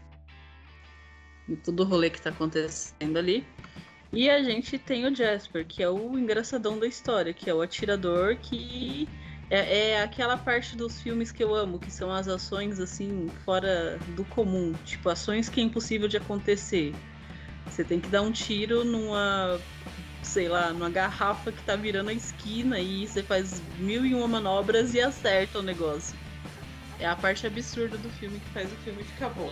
em todo o rolê que tá acontecendo ali. E a gente tem o Jasper, que é o engraçadão da história, que é o atirador que é, é aquela parte dos filmes que eu amo, que são as ações assim fora do comum, tipo ações que é impossível de acontecer. Você tem que dar um tiro numa, sei lá, numa garrafa que tá virando a esquina e você faz mil e uma manobras e acerta o negócio. É a parte absurda do filme que faz o filme ficar bom.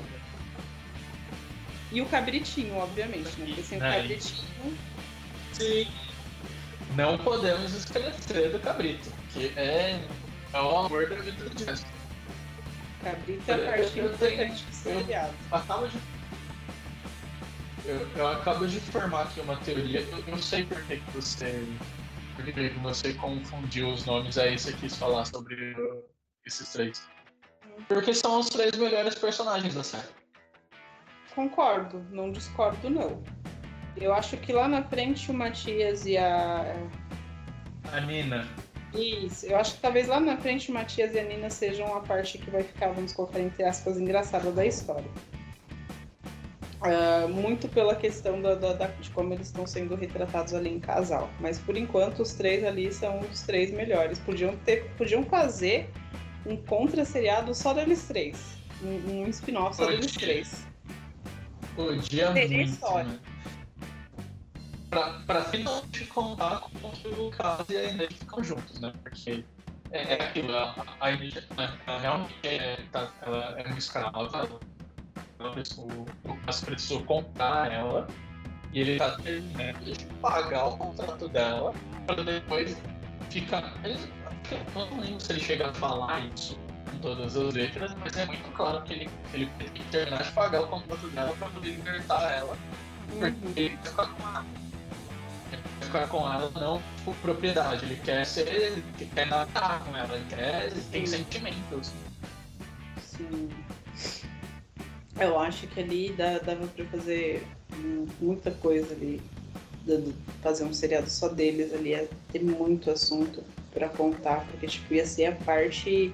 E o cabritinho, obviamente, né? Porque sem o cabritinho... Sim. Não podemos esquecer do cabrito, que é, é o amor da vida do Jasper. Cabrito é a parte importante do seriado. Acaba de... Eu, eu acabo de formar aqui uma teoria. Eu não sei por que você, por que você confundiu os nomes aí, você quis falar sobre uh, esses três. Porque são os três melhores personagens da série. Concordo, não discordo não. Eu acho que lá na frente o Matias e a... A Nina. Isso, eu acho que talvez lá na frente o Matias e a Nina sejam a parte que vai ficar, vamos colocar entre aspas, engraçada da história. Uh, muito pela questão da, da, da, de como eles estão sendo retratados ali em casal. Mas por enquanto os três ali são os três melhores. Podiam, ter, podiam fazer um contra-seriado só deles três. Um, um spin-off só deles três. Podia Teria muito, história. Né? Pra, pra finalmente contar com que o Caso e a Inês ficam juntos, né? Porque é, é aquilo, a, a Inês ela realmente é, tá, ela é uma escrava, o, o Caso precisou comprar ela e ele tá terminando de pagar o contrato dela pra depois ficar. Ele, eu não lembro se ele chega a falar isso com todas as letras, mas é muito claro que ele, ele tem que terminar de pagar o contrato dela pra poder libertar ela, porque uhum. ele quer ficar com ela. Ele quer ficar com ela não por propriedade, ele quer ser. Ele quer nadar com ela, ele quer. Ele tem sentimentos. Sim. Eu acho que ali dá, dava pra fazer muita coisa ali, fazer um seriado só deles ali, ia ter muito assunto pra contar, porque tipo, ia ser a parte,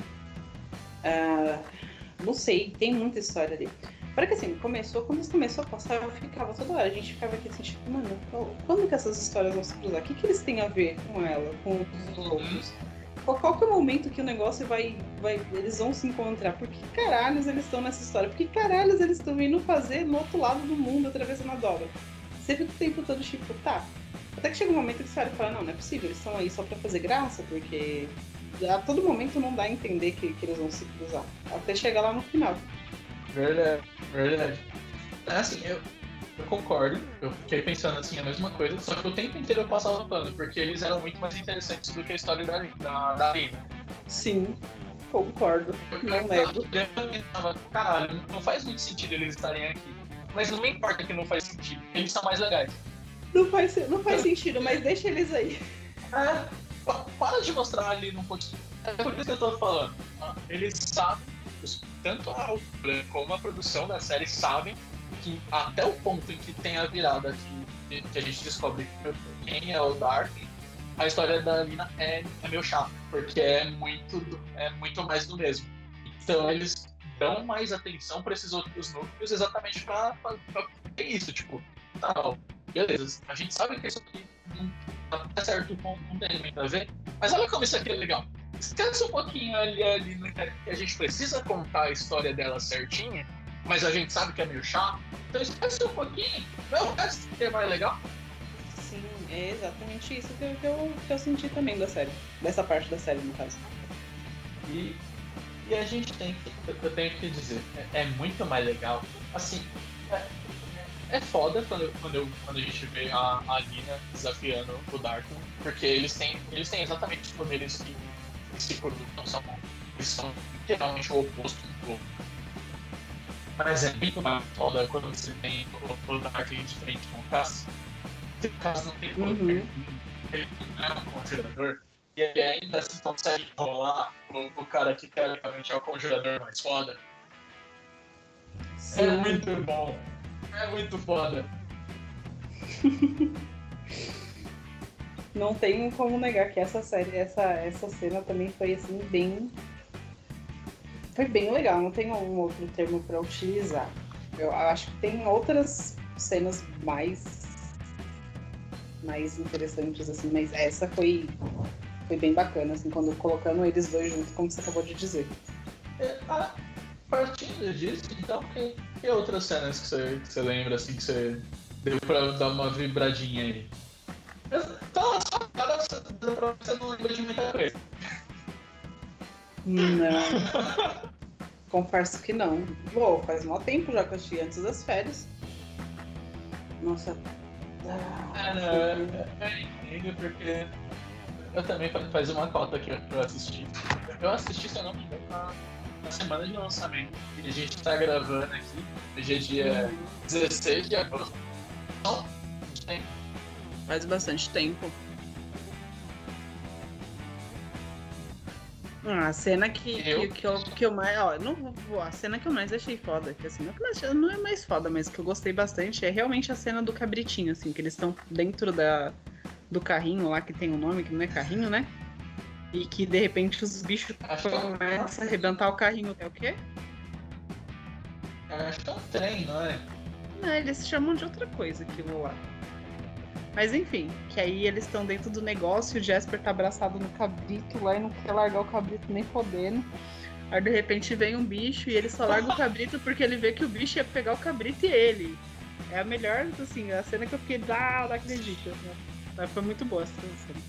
uh, não sei, tem muita história ali. Para que assim, começou, quando isso começou a passar, eu ficava toda hora, a gente ficava aqui assim, tipo, mano, quando que essas histórias vão se cruzar? O que que eles têm a ver com ela, com os outros? Qual, qual que é o momento que o negócio vai, vai, eles vão se encontrar? Por que caralhos eles estão nessa história? Por que caralhos eles estão indo fazer no outro lado do mundo, atravessando a dobra? Sempre o tempo todo, tipo, tá. Até que chega um momento que você olha e fala, não, não é possível, eles estão aí só pra fazer graça, porque a todo momento não dá a entender que, que eles vão se cruzar. Até chegar lá no final. Verdade, verdade. É assim, eu, eu concordo, eu fiquei pensando assim a mesma coisa, só que o tempo inteiro eu passava pano, porque eles eram muito mais interessantes do que a história da, da, da Lina. Sim, concordo, não nego. Eu pensava, caralho, não faz muito sentido eles estarem aqui. Mas não me importa que não faz sentido, eles são mais legais. Não faz, não faz sentido, mas deixa eles aí. É, para de mostrar ali no pouquinho. É por isso que eu tô falando. Eles sabem, tanto a autora como a produção da série sabem que até o ponto em que tem a virada que, que a gente descobre quem é o Dark, a história da Lina é, é meio chata, porque é muito, é muito mais do mesmo. Então eles dão mais atenção para esses outros núcleos exatamente para ter isso, tipo, tá, beleza, a gente sabe que isso aqui não tá certo ponto, não tem muito a ver, mas olha como isso aqui é legal. Esquece um pouquinho ali, ali né, que a gente precisa contar a história dela certinha, mas a gente sabe que é meio chato, então esquece um pouquinho, não, essa que é mais legal. Sim, é exatamente isso que eu, que, eu, que eu senti também da série, dessa parte da série, no caso. E, e a gente tem que, eu tenho que dizer, é, é muito mais legal, assim, é, é foda quando, quando, eu, quando a gente vê a, a Lina desafiando o Darkman, porque eles têm, eles têm exatamente os poderes que se produzem, são, eles são literalmente o oposto do outro. Mas é muito mais foda quando você tem o, o Darkman de frente com o Cass. O Cass não tem poder, uhum. Ele não é um conjurador, e ele ainda assim consegue rolar o, o cara que teoricamente é o conjurador mais foda. Sim. É muito bom. É muito foda. Não tem como negar que essa série, essa, essa cena também foi assim, bem. Foi bem legal, não tem um outro termo pra utilizar. Eu acho que tem outras cenas mais. mais interessantes, assim, mas essa foi. Foi bem bacana, assim, quando colocando eles dois juntos, como você acabou de dizer. É, a partindo disso, então, que, que outras cenas que você, que você lembra, assim, que você deu pra dar uma vibradinha aí? Então, só cara, você não lembra de muita coisa. Não. Confesso que não. Pô, faz mó tempo já que eu assisti, antes das férias. Nossa. Ah, não, é, é incrível porque eu também faz uma cota aqui pra eu assistir. Eu assisti, se eu não me engano, na, na semana de lançamento. E a gente tá gravando aqui, hoje é dia dezesseis de agosto. Então, tem. Faz bastante tempo. Ah, a cena que eu? que, que, eu, que eu mais. Ó, não vou. A cena que eu mais achei foda, que assim, não, que mais- não é mais foda, mas que eu gostei bastante, é realmente a cena do cabritinho, assim, que eles estão dentro da, do carrinho lá que tem um nome, que não é carrinho, né? E que de repente os bichos Acho que é um- começam a arrebentar o carrinho. É o quê? Acho que é um trem, não é? Não, eles chamam de outra coisa aquilo lá. Mas enfim, que aí eles estão dentro do negócio e o Jasper tá abraçado no cabrito lá e não quer largar o cabrito nem fodendo. Aí de repente vem um bicho e ele só larga o cabrito porque ele vê que o bicho ia pegar o cabrito e ele. É a melhor, assim, a cena que eu fiquei, ah, não acredito. Né? Mas foi muito boa essa cena.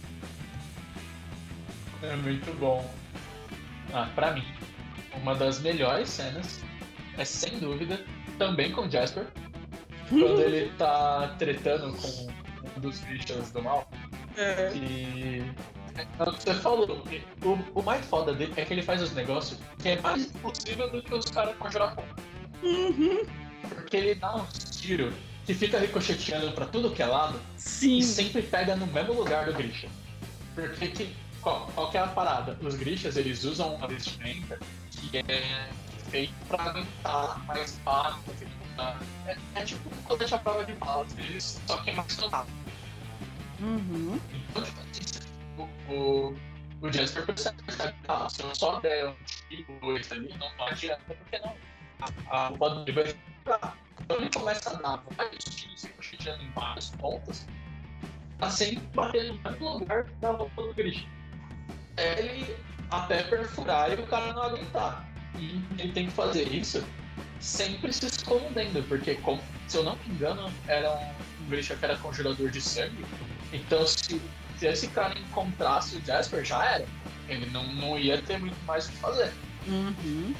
É muito bom. Ah, pra mim, uma das melhores cenas é, sem dúvida, também com o Jasper, quando ele tá tretando com um dos bichos do mal. É. E é o que você falou, o, o mais foda dele é que ele faz os negócios que é mais impossível do que os caras conjurar fogo. Uhum. Porque ele dá uns tiros que fica ricocheteando pra tudo que é lado Sim. e sempre pega no mesmo lugar do Grisha. Porque que, qual, qual que é a parada? Os Grishas, eles usam uma vestimenta que é feita pra aguentar mais balas. É, é tipo um colete à prova de balas deles, só que é mais sonado. Uhum. Então, tipo assim, o, o, o Jasper percebe, ah, se eu só der um tiro dois ali, não, não adianta, porque não. A roupa dele vai ficar. Então ele começa a dar vários tiros ricocheteando em vários pontos, tá sempre batendo no mesmo lugar da roupa do Grisha. Ele até perfurar e o cara não aguentar. E ele tem que fazer isso sempre se escondendo, porque, como, se eu não me engano, era um Grisha que era conjurador de sangue. Então, se, se esse cara encontrasse o Jasper, já era. Ele não, não ia ter muito mais o que fazer. Uhum.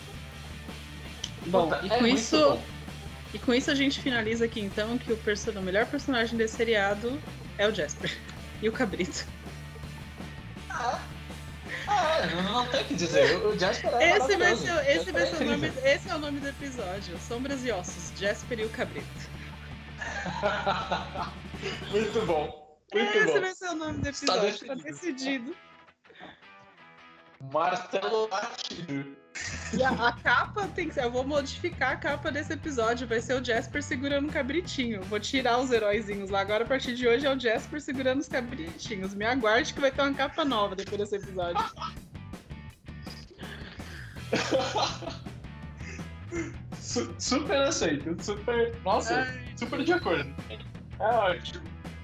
Bom, Puta, e é com muito isso. bom. E com isso a gente finaliza aqui então que o, perso- o melhor personagem desse seriado é o Jasper. E o cabrito. Ah, ah, não, não tem o que dizer. O, o Jasper é Esse vai maravilhoso. ser, O esse Jasper vai é ser o nome, incrível. esse é o nome do episódio. Sombras e Ossos, Jasper e o cabrito. Muito bom. Muito Esse bom. vai ser o nome do Está episódio, tá definido. decidido. Martelo batido. E a, a capa tem que ser. Eu vou modificar a capa desse episódio. Vai ser o Jasper segurando um cabritinho. Vou tirar os heróizinhos lá. Agora, a partir de hoje, é o Jasper segurando os cabritinhos. Me aguarde que vai ter uma capa nova depois desse episódio. Su- super aceito. Super. Nossa, Ai. super de acordo. É ótimo.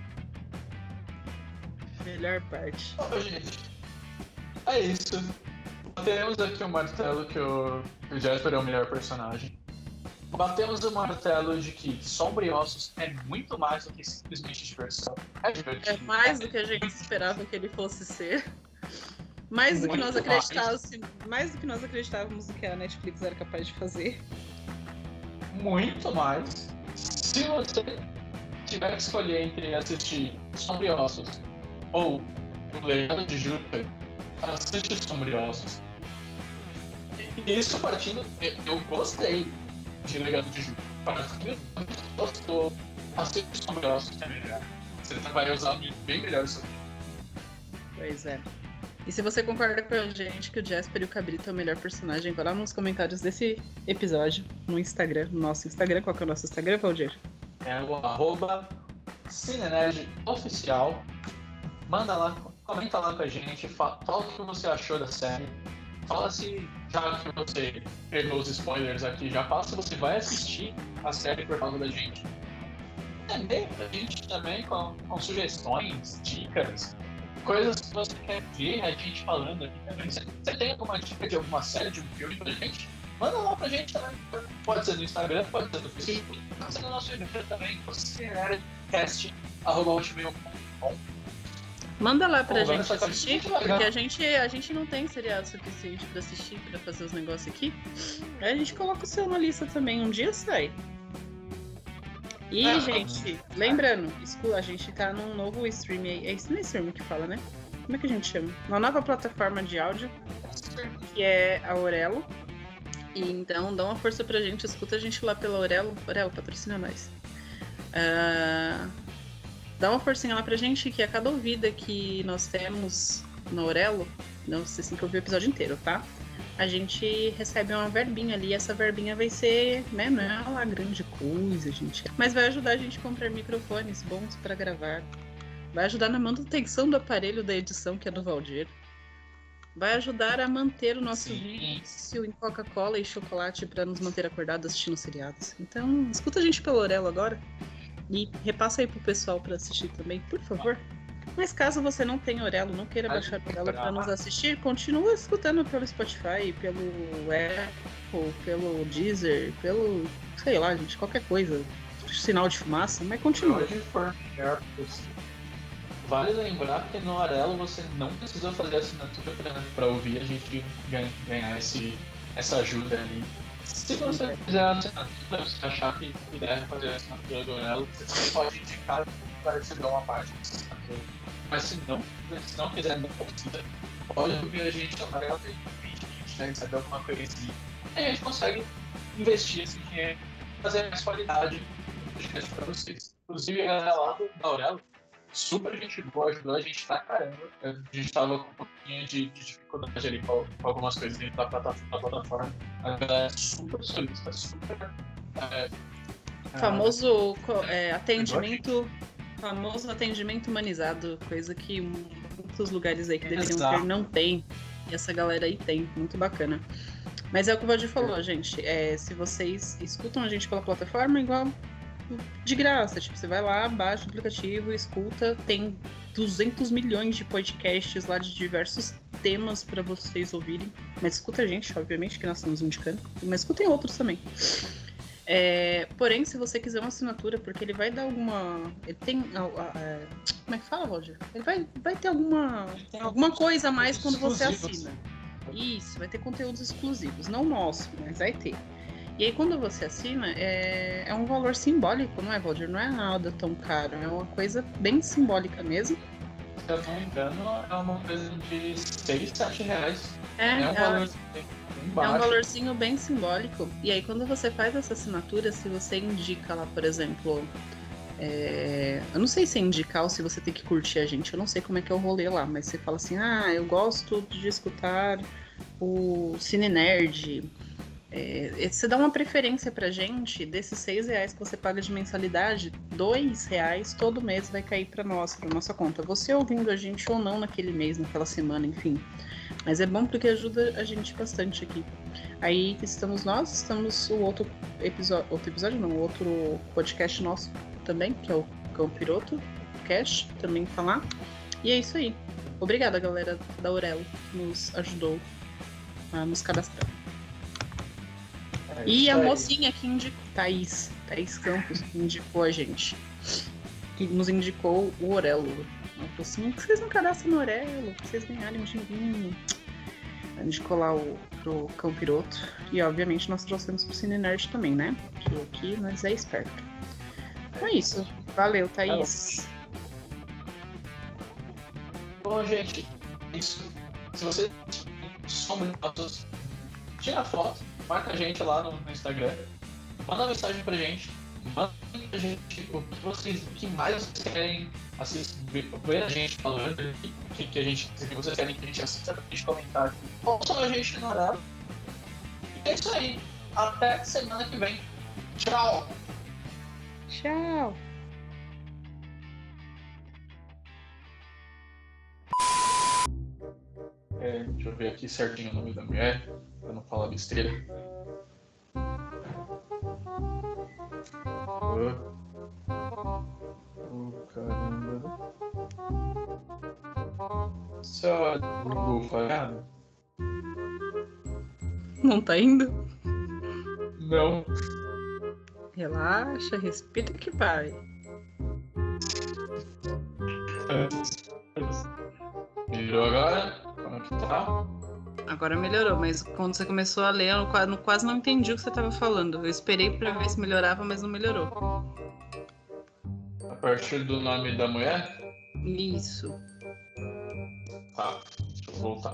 Melhor parte. Ô, gente. É isso. Batemos aqui o martelo que o, que o Jasper é o melhor personagem. Batemos o martelo de que Sombra e Ossos é muito mais do que simplesmente diversão. É divertido. É mais do que a gente esperava que ele fosse ser. Mais do que Muito nós mais. acreditávamos, mais do que nós acreditávamos que a Netflix era capaz de fazer. Muito mais. Se você tiver que escolher entre assistir Sombra e Ossos ou O Legado de Júpiter, assiste Sombra e Ossos. E isso partindo, eu, eu gostei de Legado de Júpiter. Partindo, eu gostou. Assiste Sombra e Ossos, que é melhor. Você vai usar bem melhor isso aqui. Pois é. E se você concorda com a gente que o Jasper e o Cabrito é o melhor personagem, vai lá nos comentários desse episódio, no Instagram, no nosso Instagram. Qual que é o nosso Instagram, Valdir? É o arroba CineNerd Oficial. Manda lá, comenta lá com a gente, fala, fala o que você achou da série. Fala se, já que você pegou os spoilers aqui, já fala se você vai assistir a série por causa da gente. Também pra gente também com, com sugestões, dicas, coisas que você quer ver a gente falando aqui também. Você, você tem alguma dica de alguma série, de um filme pra gente? Manda lá pra gente também. Pode ser no Instagram, pode ser no Facebook, pode ser no nosso e-mail também, cineNerdcast arroba hotmail ponto com. Manda lá pra Pô, gente essa assistir, coisa é porque a gente, a gente não tem seriado suficiente pra assistir, pra fazer os negócios aqui. Aí a gente coloca o seu na lista também, um dia sai. E, É, gente, lembrando, escu- a gente tá num novo stream aí. É isso, não é stream que fala, né? Como é que a gente chama? Uma nova plataforma de áudio, que é a Aurelo. E então dá uma força pra gente, escuta a gente lá pela Aurelo. Aurelo, patrocina nós. Ah, dá uma forcinha lá pra gente, que a cada ouvida que nós temos no Aurelo, não sei assim que ouvir o episódio inteiro, tá? A gente recebe uma verbinha ali, e essa verbinha vai ser, né, não é uma grande coisa, gente. Mas vai ajudar a gente a comprar microfones bons pra gravar. Vai ajudar na manutenção do aparelho da edição, que é do Valdir. Vai ajudar a manter o nosso Sim. vício em Coca-Cola e chocolate pra nos manter acordados assistindo seriados. Então, escuta a gente pelo Aurelo agora. E repassa aí pro pessoal pra assistir também, por favor. Mas caso você não tenha Aurelo, não queira baixar o Aurelo pra nos assistir, continua escutando pelo Spotify, pelo Apple, pelo Deezer, pelo... sei lá, gente, qualquer coisa. Sinal de fumaça, mas continua. Onde for melhor possível. Vale lembrar que no Aurelo você não precisa fazer assinatura para ouvir a gente ganhar, ganhar esse, essa ajuda ali. Se você fizer a assinatura, você achar que deve fazer a assinatura do Aurelo, você pode indicar para receber uma parte dessa assinatura. Mas se não, se não quiser, não precisa, pode ouvir a gente no Aurelo e a gente vai receber alguma coisinha. E a gente consegue investir esse dinheiro e fazer mais qualidade no podcast para vocês. Inclusive, a galera lá do Aurelo, super gente boa, ajudou a gente pra caramba. A gente tava com um pouquinho de, de dificuldade ali com, com algumas coisas dentro da plataforma. Da plataforma. A galera é super solista, super. É, Famoso co- é, atendimento. Famoso atendimento humanizado, coisa que muitos lugares aí que deveriam Exato. ter não tem. E essa galera aí tem, muito bacana. Mas é o que o Valdir falou, gente. É, se vocês escutam a gente pela plataforma, igual de graça. Tipo, você vai lá, baixa o aplicativo, escuta. Tem duzentos milhões de podcasts lá de diversos temas pra vocês ouvirem. Mas escuta a gente, obviamente, que nós estamos indicando. Mas escutem outros também. É, porém, se você quiser uma assinatura, porque ele vai dar alguma... Ele tem... a- a- a- como é que fala, Valdir? Ele vai, vai ter alguma, tem alguma alguns coisa a mais quando você exclusivos. assina. Isso, vai ter conteúdos exclusivos. Não nosso, mas vai ter. E aí, quando você assina, é, é um valor simbólico, não é, Valdir? Não é nada tão caro. É uma coisa bem simbólica mesmo. Se eu não me engano, é uma coisa de seis, sete reais. É, É um é- valor bem É um baixo. valorzinho bem simbólico. E aí, quando você faz essa assinatura, se você indica lá, por exemplo... é, eu não sei se é indicar ou se você tem que curtir a gente. Eu não sei como é que é o rolê lá. Mas você fala assim, ah, eu gosto de escutar o Cine Nerd. É, você dá uma preferência pra gente. Desses seis reais que você paga de mensalidade, dois reais todo mês vai cair pra nós, pra nossa conta. Você ouvindo a gente ou não naquele mês, naquela semana, enfim. Mas é bom porque ajuda a gente bastante aqui. Aí estamos nós, estamos o outro episódio, outro episódio não, o outro podcast nosso também, que é o Cão Piroto Cast, também tá lá. E é isso aí. Obrigada, galera da Aurelo, que nos ajudou a nos cadastrar. É E isso a aí. mocinha que indicou, Thaís, Thaís Campos, que indicou a gente, que nos indicou o Aurelo. Ela falou assim, por que vocês não cadastram no Aurelo, pra vocês ganharem um dinheirinho. A gente indicou lá o, pro Cão Piroto. E obviamente nós trouxemos pro Cine Nerd também, né? Que aqui nós é esperto. Então é isso. Valeu, Thaís. Bom, gente, isso. Se você são fotos, tira foto, marca a gente lá no, no Instagram, manda mensagem pra gente, manda pra gente o que vocês, o que mais vocês querem assistir, ver, ver a gente falando, o que, que a gente, que vocês querem que a gente assista, pra gente comentar aqui. Ouçam a gente no horário. E é isso aí. Até semana que vem. Tchau! Tchau. É, deixa eu ver aqui certinho o nome da mulher, pra não falar besteira. Oh, oh caramba. Só Google falhado? Não tá indo? Não. Relaxa, respira que vai. Melhorou agora? Como é que tá? Agora melhorou, mas quando você começou a ler, eu quase, quase não entendi o que você tava falando. Eu esperei pra ver se melhorava, mas não melhorou. A partir do nome da mulher? Isso. Tá, deixa eu voltar.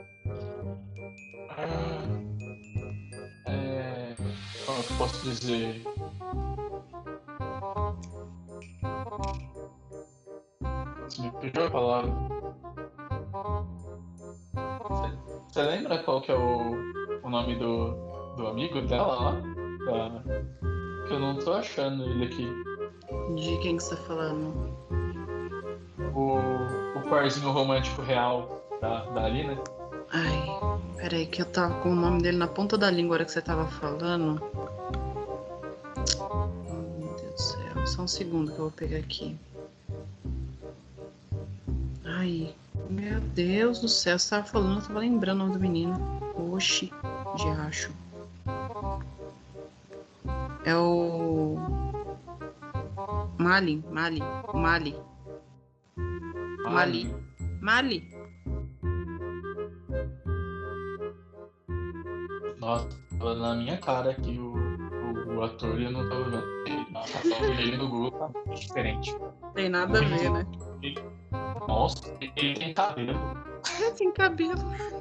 Ah, é... Como eu posso dizer? Você me pediu a palavra. Você lembra qual que é o, o nome do, do amigo dela lá? Da... Que eu não tô achando ele aqui. De quem que você tá falando? O, o parzinho romântico real da, da Alina. Ai, peraí, que eu tava com o nome dele na ponta da língua agora que você tava falando. Oh, meu Deus do céu. Só um segundo que eu vou pegar aqui. Ai, meu Deus do céu. Você tava falando, eu tava lembrando o nome do menino. Oxi, de acho. É o... Mali, Mali, Mali. Mali. Mali. Nossa, tava na minha cara aqui o, o, o ator e eu não tava vendo. Ele, nossa, só ele no Google tá muito diferente. Tem nada a ver, né? Nossa, ele tem cabelo. É, tem cabelo.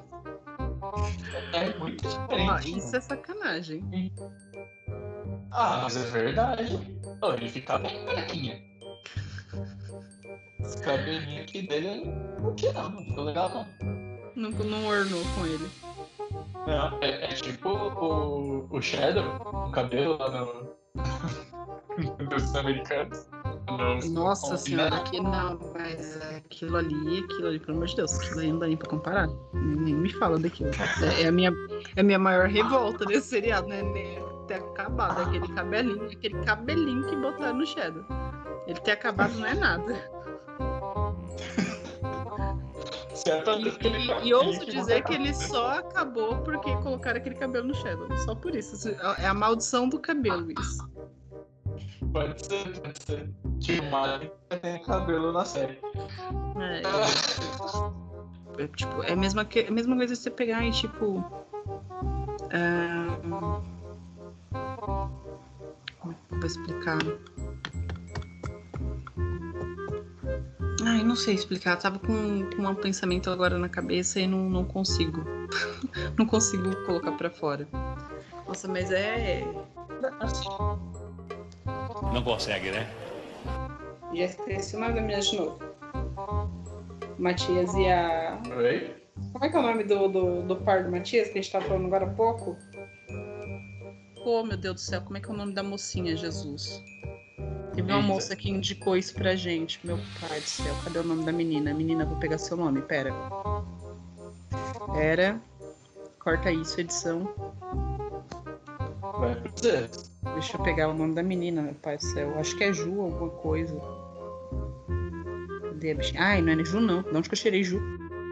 É muito diferente. Ó, isso é sacanagem. Ah, mas é verdade. Oh, ele fica bem branquinho. Esse cabelinho aqui dele não que não, não ficou legal não. Não, não ornou com ele. Não, é, é tipo o, o Shadow, o cabelo lá no, dos americanos. Nos, Nossa nos, senhora, que não, mas aquilo ali, aquilo ali, pelo amor de Deus, aquilo aí não dá nem pra comparar. Nem me fala daquilo. É, é, a, minha, é a minha maior revolta nesse seriado, né? Ter acabado aquele cabelinho, aquele cabelinho que botaram no Shadow. Ele ter acabado não é nada. E, e, e ouso dizer que ele só acabou porque colocaram aquele cabelo no Shadow. Só por isso. É a maldição do cabelo, isso. Pode ser, pode ser. Tipo, Mali tem cabelo na série. É, é, é, tipo, é a mesma, que, é a mesma coisa você pegar e tipo. É, como é que eu vou explicar? Ai, não sei explicar. Tava com, com um pensamento agora na cabeça e não, não consigo. Não consigo colocar pra fora. Nossa, mas é. Não consegue, né? Já esqueci o nome da menina de novo. Matias e a... Oi? Como é que é o nome do, do, do par do Matias que a gente tava falando agora há pouco? Pô, meu Deus do céu, como é que é o nome da mocinha, Jesus? Teve uma Eita. moça que indicou isso pra gente. Meu pai do céu, cadê o nome da menina? Menina, vou pegar seu nome, pera. Pera. Corta isso, edição. Vai dizer. Deixa eu pegar o nome da menina, meu pai do céu. Acho que é Ju, alguma coisa. Cadê a bichinha? Ai, não é Ju, não. De onde que eu cheirei Ju?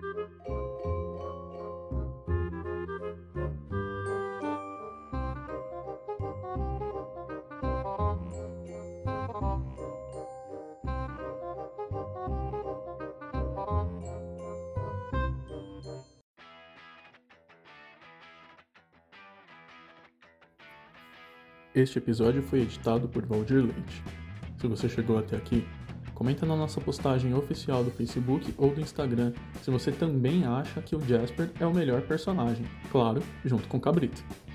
Este episódio foi editado por Valdir Leite. Se você chegou até aqui, comenta na nossa postagem oficial do Facebook ou do Instagram se você também acha que o Jasper é o melhor personagem, claro, junto com o Cabrito.